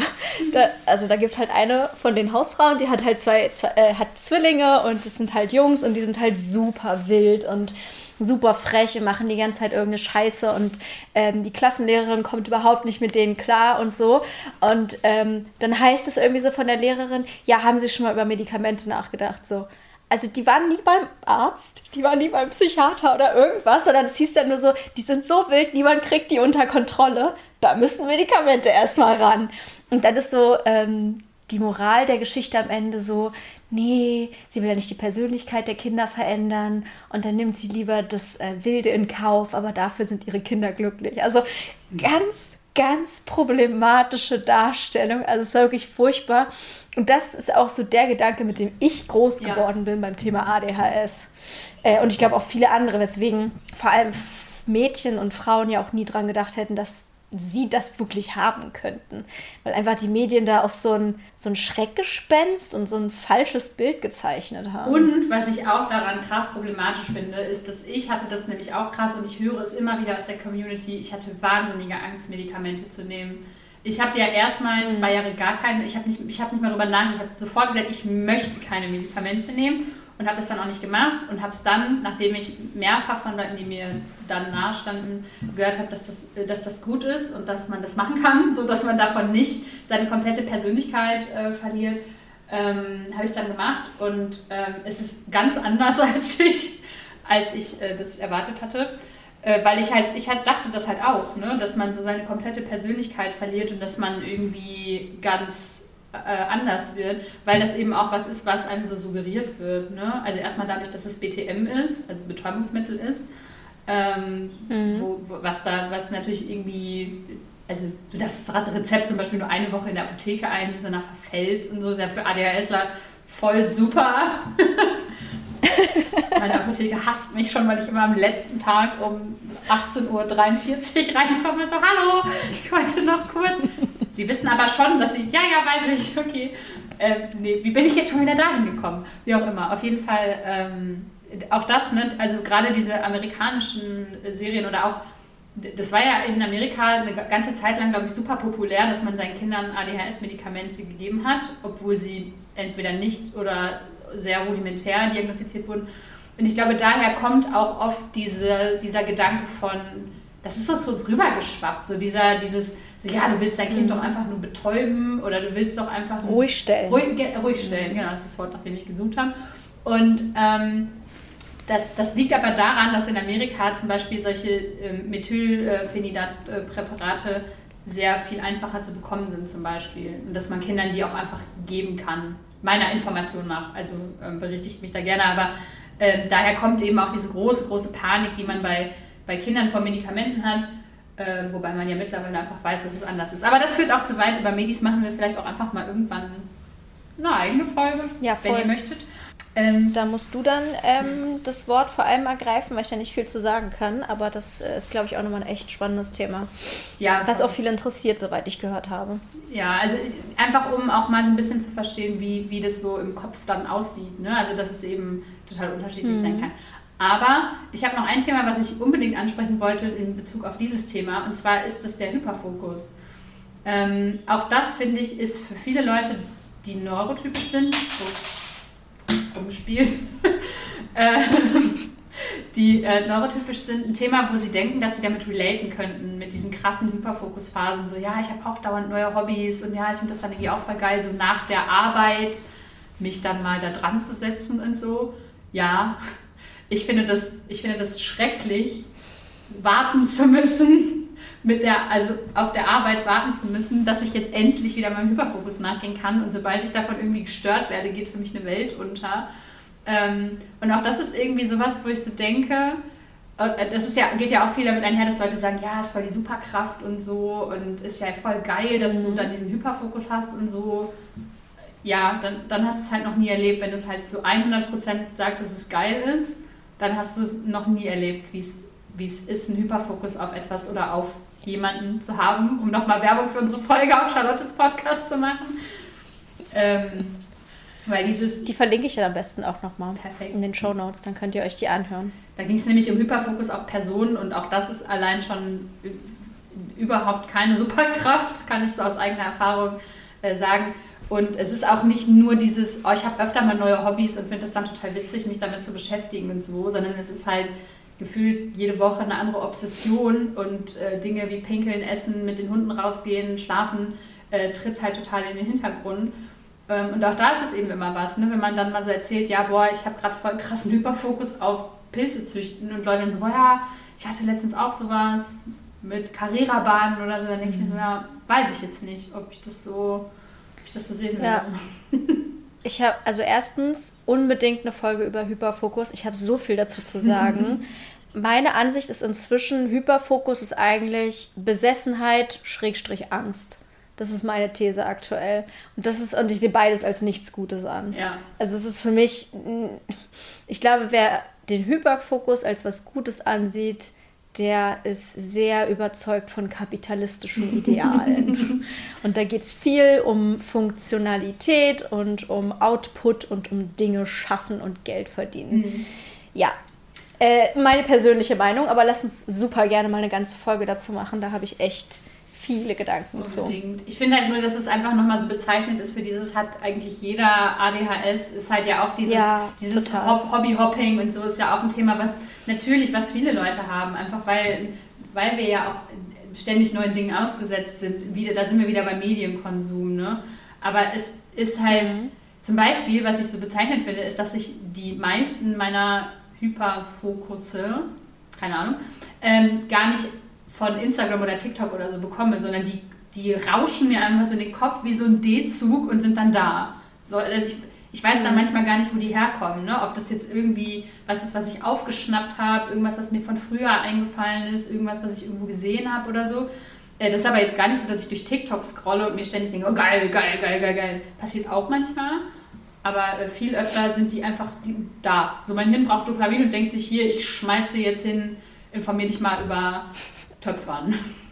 Da, also da gibt es halt eine von den Hausfrauen, die hat halt zwei, zwei äh, hat Zwillinge und das sind halt Jungs und die sind halt super wild und super frech und machen die ganze Zeit irgendeine Scheiße und ähm, die Klassenlehrerin kommt überhaupt nicht mit denen klar und so. Und ähm, dann heißt es irgendwie so von der Lehrerin, ja, haben Sie schon mal über Medikamente nachgedacht? So. Also die waren nie beim Arzt, die waren nie beim Psychiater oder irgendwas, sondern es hieß dann nur so, die sind so wild, niemand kriegt die unter Kontrolle, da müssen Medikamente erstmal ran. Und dann ist so ähm, die Moral der Geschichte am Ende so, nee, sie will ja nicht die Persönlichkeit der Kinder verändern und dann nimmt sie lieber das äh, Wilde in Kauf, aber dafür sind ihre Kinder glücklich. Also ganz, ganz problematische Darstellung, also es war wirklich furchtbar. Und das ist auch so der Gedanke, mit dem ich groß geworden ja. bin beim Thema A D H S. Äh, und ich glaube auch viele andere, weswegen vor allem Mädchen und Frauen ja auch nie dran gedacht hätten, dass sie das wirklich haben könnten. Weil einfach die Medien da auch so ein, so ein Schreckgespenst und so ein falsches Bild gezeichnet haben. Und was ich auch daran krass problematisch finde, ist, dass ich hatte das nämlich auch krass und ich höre es immer wieder aus der Community, ich hatte wahnsinnige Angst, Medikamente zu nehmen. Ich habe ja erstmal zwei Jahre gar keine, ich habe nicht, ich hab nicht mal drüber nachgedacht, ich habe sofort gesagt, ich möchte keine Medikamente nehmen und habe das dann auch nicht gemacht und habe es dann, nachdem ich mehrfach von Leuten, die mir dann nahestanden, gehört habe, dass das, dass das gut ist und dass man das machen kann, so dass man davon nicht seine komplette Persönlichkeit äh, verliert, ähm, habe ich es dann gemacht und ähm, es ist ganz anders, als ich, als ich äh, das erwartet hatte. Weil ich halt, ich halt dachte das halt auch, ne? Dass man so seine komplette Persönlichkeit verliert und dass man irgendwie ganz äh, anders wird, weil das eben auch was ist, was einem so suggeriert wird. Ne? Also erstmal dadurch, dass es B T M ist, also Betäubungsmittel ist, ähm, mhm. wo, wo, was da, was natürlich irgendwie, also du das Rezept zum Beispiel nur eine Woche in der Apotheke ein, so nach verfällst und so, ist ja für ADHSler voll super. Meine Apotheke hasst mich schon, weil ich immer am letzten Tag um achtzehn Uhr dreiundvierzig reinkomme. So, hallo, ich wollte noch kurz. Sie wissen aber schon, dass Sie, ja, ja, weiß ich, okay. Ähm, nee, wie bin ich jetzt schon wieder dahin gekommen? Wie auch immer. Auf jeden Fall, ähm, auch das, ne? Also gerade diese amerikanischen Serien oder auch, das war ja in Amerika eine ganze Zeit lang, glaube ich, super populär, dass man seinen Kindern A D H S-Medikamente gegeben hat, obwohl sie entweder nicht oder sehr rudimentär diagnostiziert wurden. Und ich glaube, daher kommt auch oft diese, dieser Gedanke von, das ist so zu uns rübergeschwappt, so dieser, dieses, so ja, du willst dein Kind mhm. doch einfach nur betäuben oder du willst doch einfach nur ruhig stellen. Ruhig, ruhig stellen, mhm. genau, das ist das Wort, nach dem ich gesucht habe. Und ähm, das, das liegt aber daran, dass in Amerika zum Beispiel solche äh, Methylphenidat-Präparate sehr viel einfacher zu bekommen sind zum Beispiel und dass man Kindern die auch einfach geben kann. Meiner Information nach, also ähm, berichte ich mich da gerne, aber äh, daher kommt eben auch diese große, große Panik, die man bei, bei Kindern vor Medikamenten hat, äh, wobei man ja mittlerweile einfach weiß, dass es anders ist. Aber das führt auch zu weit, über Medis machen wir vielleicht auch einfach mal irgendwann eine eigene Folge, ja, wenn ihr möchtet. Ähm, da musst du dann ähm, das Wort vor allem ergreifen, weil ich ja nicht viel zu sagen kann, aber das ist, glaube ich, auch nochmal ein echt spannendes Thema. Ja, was auch viele interessiert, soweit ich gehört habe. Ja, also einfach um auch mal so ein bisschen zu verstehen, wie, wie das so im Kopf dann aussieht, ne? Also dass es eben total unterschiedlich mhm. sein kann. Aber ich habe noch ein Thema, was ich unbedingt ansprechen wollte in Bezug auf dieses Thema, und zwar ist das der Hyperfokus. Ähm, auch das, finde ich, ist für viele Leute, die neurotypisch sind, so umgespielt, die äh, neurotypisch sind, ein Thema, wo sie denken, dass sie damit relaten könnten, mit diesen krassen Hyperfokusphasen. So, ja, ich habe auch dauernd neue Hobbys und ja, ich finde das dann irgendwie auch voll geil, so nach der Arbeit mich dann mal da dran zu setzen und so. Ja, ich finde das, ich finde das schrecklich, warten zu müssen, mit der, also auf der Arbeit warten zu müssen, dass ich jetzt endlich wieder meinem Hyperfokus nachgehen kann. Und sobald ich davon irgendwie gestört werde, geht für mich eine Welt unter. Ähm, und auch das ist irgendwie sowas, wo ich so denke, das ist ja, geht ja auch viel damit einher, dass Leute sagen, ja, ist voll die Superkraft und so und ist ja voll geil, dass mhm. du dann diesen Hyperfokus hast und so. Ja, dann, dann hast du es halt noch nie erlebt. Wenn du es halt zu hundert Prozent sagst, dass es geil ist, dann hast du es noch nie erlebt, wie es wie es ist, einen Hyperfokus auf etwas oder auf jemanden zu haben, um nochmal Werbung für unsere Folge auf Charlottes Podcast zu machen. Ähm, weil dieses... Die verlinke ich dann am besten auch nochmal Perfekt. In den Shownotes, dann könnt ihr euch die anhören. Da ging es nämlich um Hyperfokus auf Personen und auch das ist allein schon überhaupt keine Superkraft, kann ich so aus eigener Erfahrung äh, sagen. Und es ist auch nicht nur dieses, oh, ich habe öfter mal neue Hobbys und finde das dann total witzig, mich damit zu beschäftigen und so, sondern es ist halt gefühlt jede Woche eine andere Obsession und äh, Dinge wie Pinkeln, Essen, mit den Hunden rausgehen, Schlafen, äh, tritt halt total in den Hintergrund. Ähm, und auch da ist es eben immer was, ne? Wenn man dann mal so erzählt, ja, boah, ich habe gerade voll krassen Hyperfokus auf Pilze züchten und Leute dann so, boah, ja, ich hatte letztens auch sowas mit Carrera-Bahnen oder so, dann denke ich mir so, ja, weiß ich jetzt nicht, ob ich das so, ob ich das so sehen will. Ja. Ich habe also erstens unbedingt eine Folge über Hyperfokus. Ich habe so viel dazu zu sagen. Meine Ansicht ist inzwischen, Hyperfokus ist eigentlich Besessenheit, Schrägstrich Angst. Das ist meine These aktuell. Und das ist, und ich sehe beides als nichts Gutes an. Ja. Also es ist für mich, ich glaube, wer den Hyperfokus als was Gutes ansieht, der ist sehr überzeugt von kapitalistischen Idealen. Und da geht es viel um Funktionalität und um Output und um Dinge schaffen und Geld verdienen. Mhm. Ja, äh, meine persönliche Meinung, aber lass uns super gerne mal eine ganze Folge dazu machen. Da habe ich echt viele Gedanken Unbedingt. zu. Ich finde halt nur, dass es einfach nochmal so bezeichnend ist für dieses, hat eigentlich jeder A D H S, ist halt ja auch dieses, ja, dieses Hob- Hobby-Hopping und so ist ja auch ein Thema, was natürlich, was viele Leute haben, einfach weil, weil wir ja auch ständig neuen Dingen ausgesetzt sind. Wieder, da sind wir wieder beim Medienkonsum, ne? Aber es ist halt, mhm. zum Beispiel, was ich so bezeichnend finde, ist, dass ich die meisten meiner Hyperfokusse, keine Ahnung, ähm, gar nicht von Instagram oder TikTok oder so bekomme, sondern die, die rauschen mir einfach so in den Kopf wie so ein D-Zug und sind dann da. So, also ich, ich weiß dann manchmal gar nicht, wo die herkommen, ne? Ob das jetzt irgendwie was ist, was ich aufgeschnappt habe, irgendwas, was mir von früher eingefallen ist, irgendwas, was ich irgendwo gesehen habe oder so. Äh, das ist aber jetzt gar nicht so, dass ich durch TikTok scrolle und mir ständig denke, oh geil, geil, geil, geil, geil. Passiert auch manchmal, aber äh, viel öfter sind die einfach die, da. So, mein Hirn braucht Dopamin und denkt sich, hier, ich schmeiß dir jetzt hin, informier dich mal über Töpfern.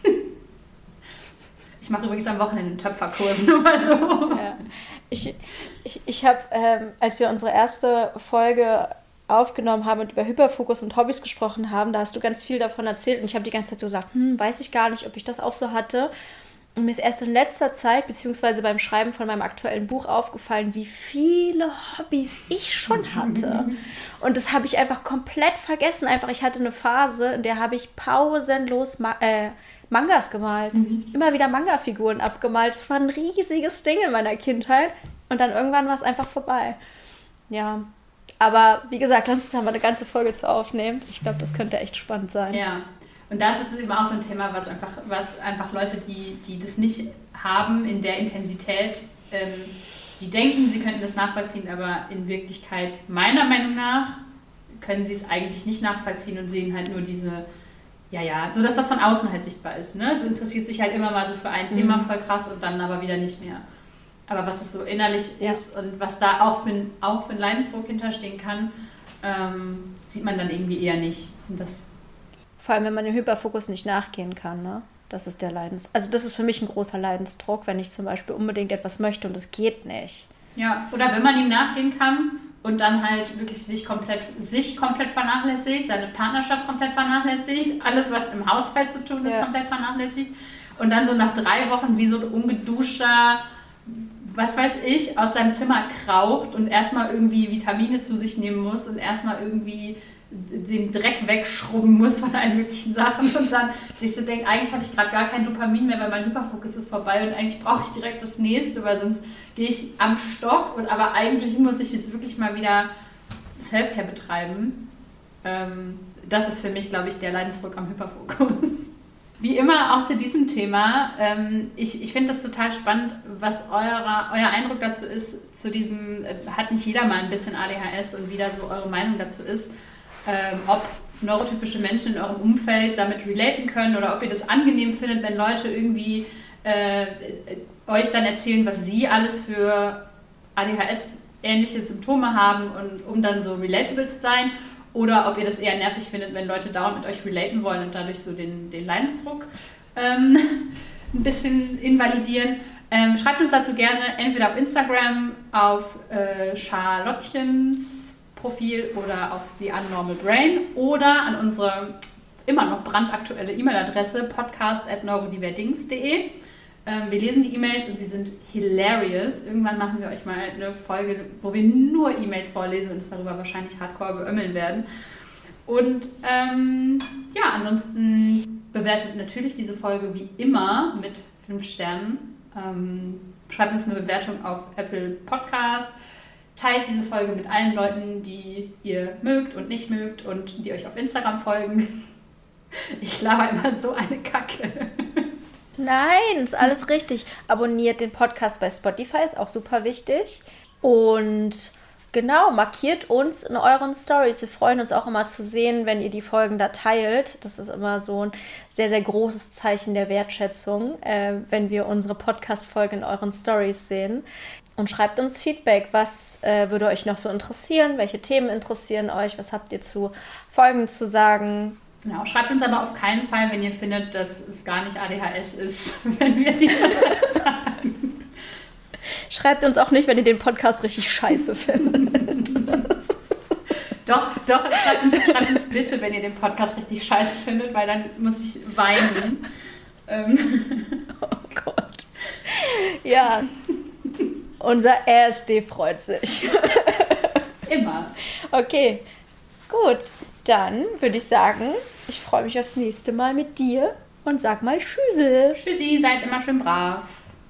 Ich mache übrigens am Wochenende einen Töpferkurs, nur mal so. Ja. Ich, ich, ich habe, ähm, als wir unsere erste Folge aufgenommen haben und über Hyperfokus und Hobbys gesprochen haben, da hast du ganz viel davon erzählt und ich habe die ganze Zeit so gesagt, hm, weiß ich gar nicht, ob ich das auch so hatte. Und mir ist erst in letzter Zeit, beziehungsweise beim Schreiben von meinem aktuellen Buch aufgefallen, wie viele Hobbys ich schon hatte. Und das habe ich einfach komplett vergessen. Einfach, ich hatte eine Phase, in der habe ich pausenlos Ma- äh, Mangas gemalt. Mhm. Immer wieder Manga-Figuren abgemalt. Das war ein riesiges Ding in meiner Kindheit. Und dann irgendwann war es einfach vorbei. Ja, aber wie gesagt, lass uns da mal eine ganze Folge zu aufnehmen. Ich glaube, das könnte echt spannend sein. Ja. Und das ist eben auch so ein Thema, was einfach, was einfach Leute, die, die das nicht haben in der Intensität, ähm, die denken, sie könnten das nachvollziehen, aber in Wirklichkeit, meiner Meinung nach, können sie es eigentlich nicht nachvollziehen und sehen halt nur diese, ja, ja, so das, was von außen halt sichtbar ist. Ne? So interessiert sich halt immer mal so für ein mhm. Thema voll krass und dann aber wieder nicht mehr. Aber was es so innerlich ja. ist und was da auch für, ein, auch für einen Leidensdruck hinterstehen kann, ähm, sieht man dann irgendwie eher nicht. Und das Vor allem, wenn man dem Hyperfokus nicht nachgehen kann, ne? Das ist der Leidens... Also das ist für mich ein großer Leidensdruck, wenn ich zum Beispiel unbedingt etwas möchte und es geht nicht. Ja, oder wenn man ihm nachgehen kann und dann halt wirklich sich komplett, sich komplett vernachlässigt, seine Partnerschaft komplett vernachlässigt, alles, was im Haushalt zu tun ist, ja. komplett vernachlässigt und dann so nach drei Wochen wie so ein ungeduschter, was weiß ich, aus seinem Zimmer kraucht und erstmal irgendwie Vitamine zu sich nehmen muss und erstmal irgendwie den Dreck wegschrubben muss von allen möglichen Sachen und dann sich so denkt, eigentlich habe ich gerade gar kein Dopamin mehr, weil mein Hyperfokus ist vorbei und eigentlich brauche ich direkt das nächste, weil sonst gehe ich am Stock und aber eigentlich muss ich jetzt wirklich mal wieder Selfcare betreiben. Ähm, das ist für mich, glaube ich, der Leidensdruck am Hyperfokus. Wie immer auch zu diesem Thema. Ähm, ich ich finde das total spannend, was euer, euer Eindruck dazu ist, zu diesem, äh, hat nicht jeder mal ein bisschen A D H S und wie da so eure Meinung dazu ist, ähm, ob neurotypische Menschen in eurem Umfeld damit relaten können oder ob ihr das angenehm findet, wenn Leute irgendwie äh, euch dann erzählen, was sie alles für A D H S-ähnliche Symptome haben, und um dann so relatable zu sein. Oder ob ihr das eher nervig findet, wenn Leute dauernd mit euch relaten wollen und dadurch so den, den Leidensdruck ähm, ein bisschen invalidieren. Ähm, schreibt uns dazu gerne entweder auf Instagram, auf äh, Charlottchens Profil oder auf The Unnormal Brain oder an unsere immer noch brandaktuelle E-Mail-Adresse podcast at neurodiverdings punkt de. Ähm, wir lesen die E-Mails und sie sind hilarious. Irgendwann machen wir euch mal eine Folge, wo wir nur E-Mails vorlesen und uns darüber wahrscheinlich hardcore beömmeln werden. Und ähm, ja, ansonsten bewertet natürlich diese Folge wie immer mit fünf Sternen. Ähm, schreibt uns eine Bewertung auf Apple Podcast. Teilt diese Folge mit allen Leuten, die ihr mögt und nicht mögt und die euch auf Instagram folgen. Ich laber immer so eine Kacke. Nein, ist alles richtig. Abonniert den Podcast bei Spotify, ist auch super wichtig. Und genau, markiert uns in euren Stories. Wir freuen uns auch immer zu sehen, wenn ihr die Folgen da teilt. Das ist immer so ein sehr, sehr großes Zeichen der Wertschätzung, äh, wenn wir unsere Podcast-Folge in euren Stories sehen. Und schreibt uns Feedback. Was äh, würde euch noch so interessieren? Welche Themen interessieren euch? Was habt ihr zu Folgen zu sagen? Genau, schreibt uns aber auf keinen Fall, wenn ihr findet, dass es gar nicht A D H S ist, wenn wir diese sagen. Schreibt uns auch nicht, wenn ihr den Podcast richtig scheiße findet. Doch, doch, schreibt uns, schreibt uns bitte, wenn ihr den Podcast richtig scheiße findet, weil dann muss ich weinen. Oh Gott. Ja, unser R S D freut sich. Immer. Okay, gut. Dann würde ich sagen, ich freue mich aufs nächste Mal mit dir und sag mal Tschüssel. Tschüssi, seid immer schön brav.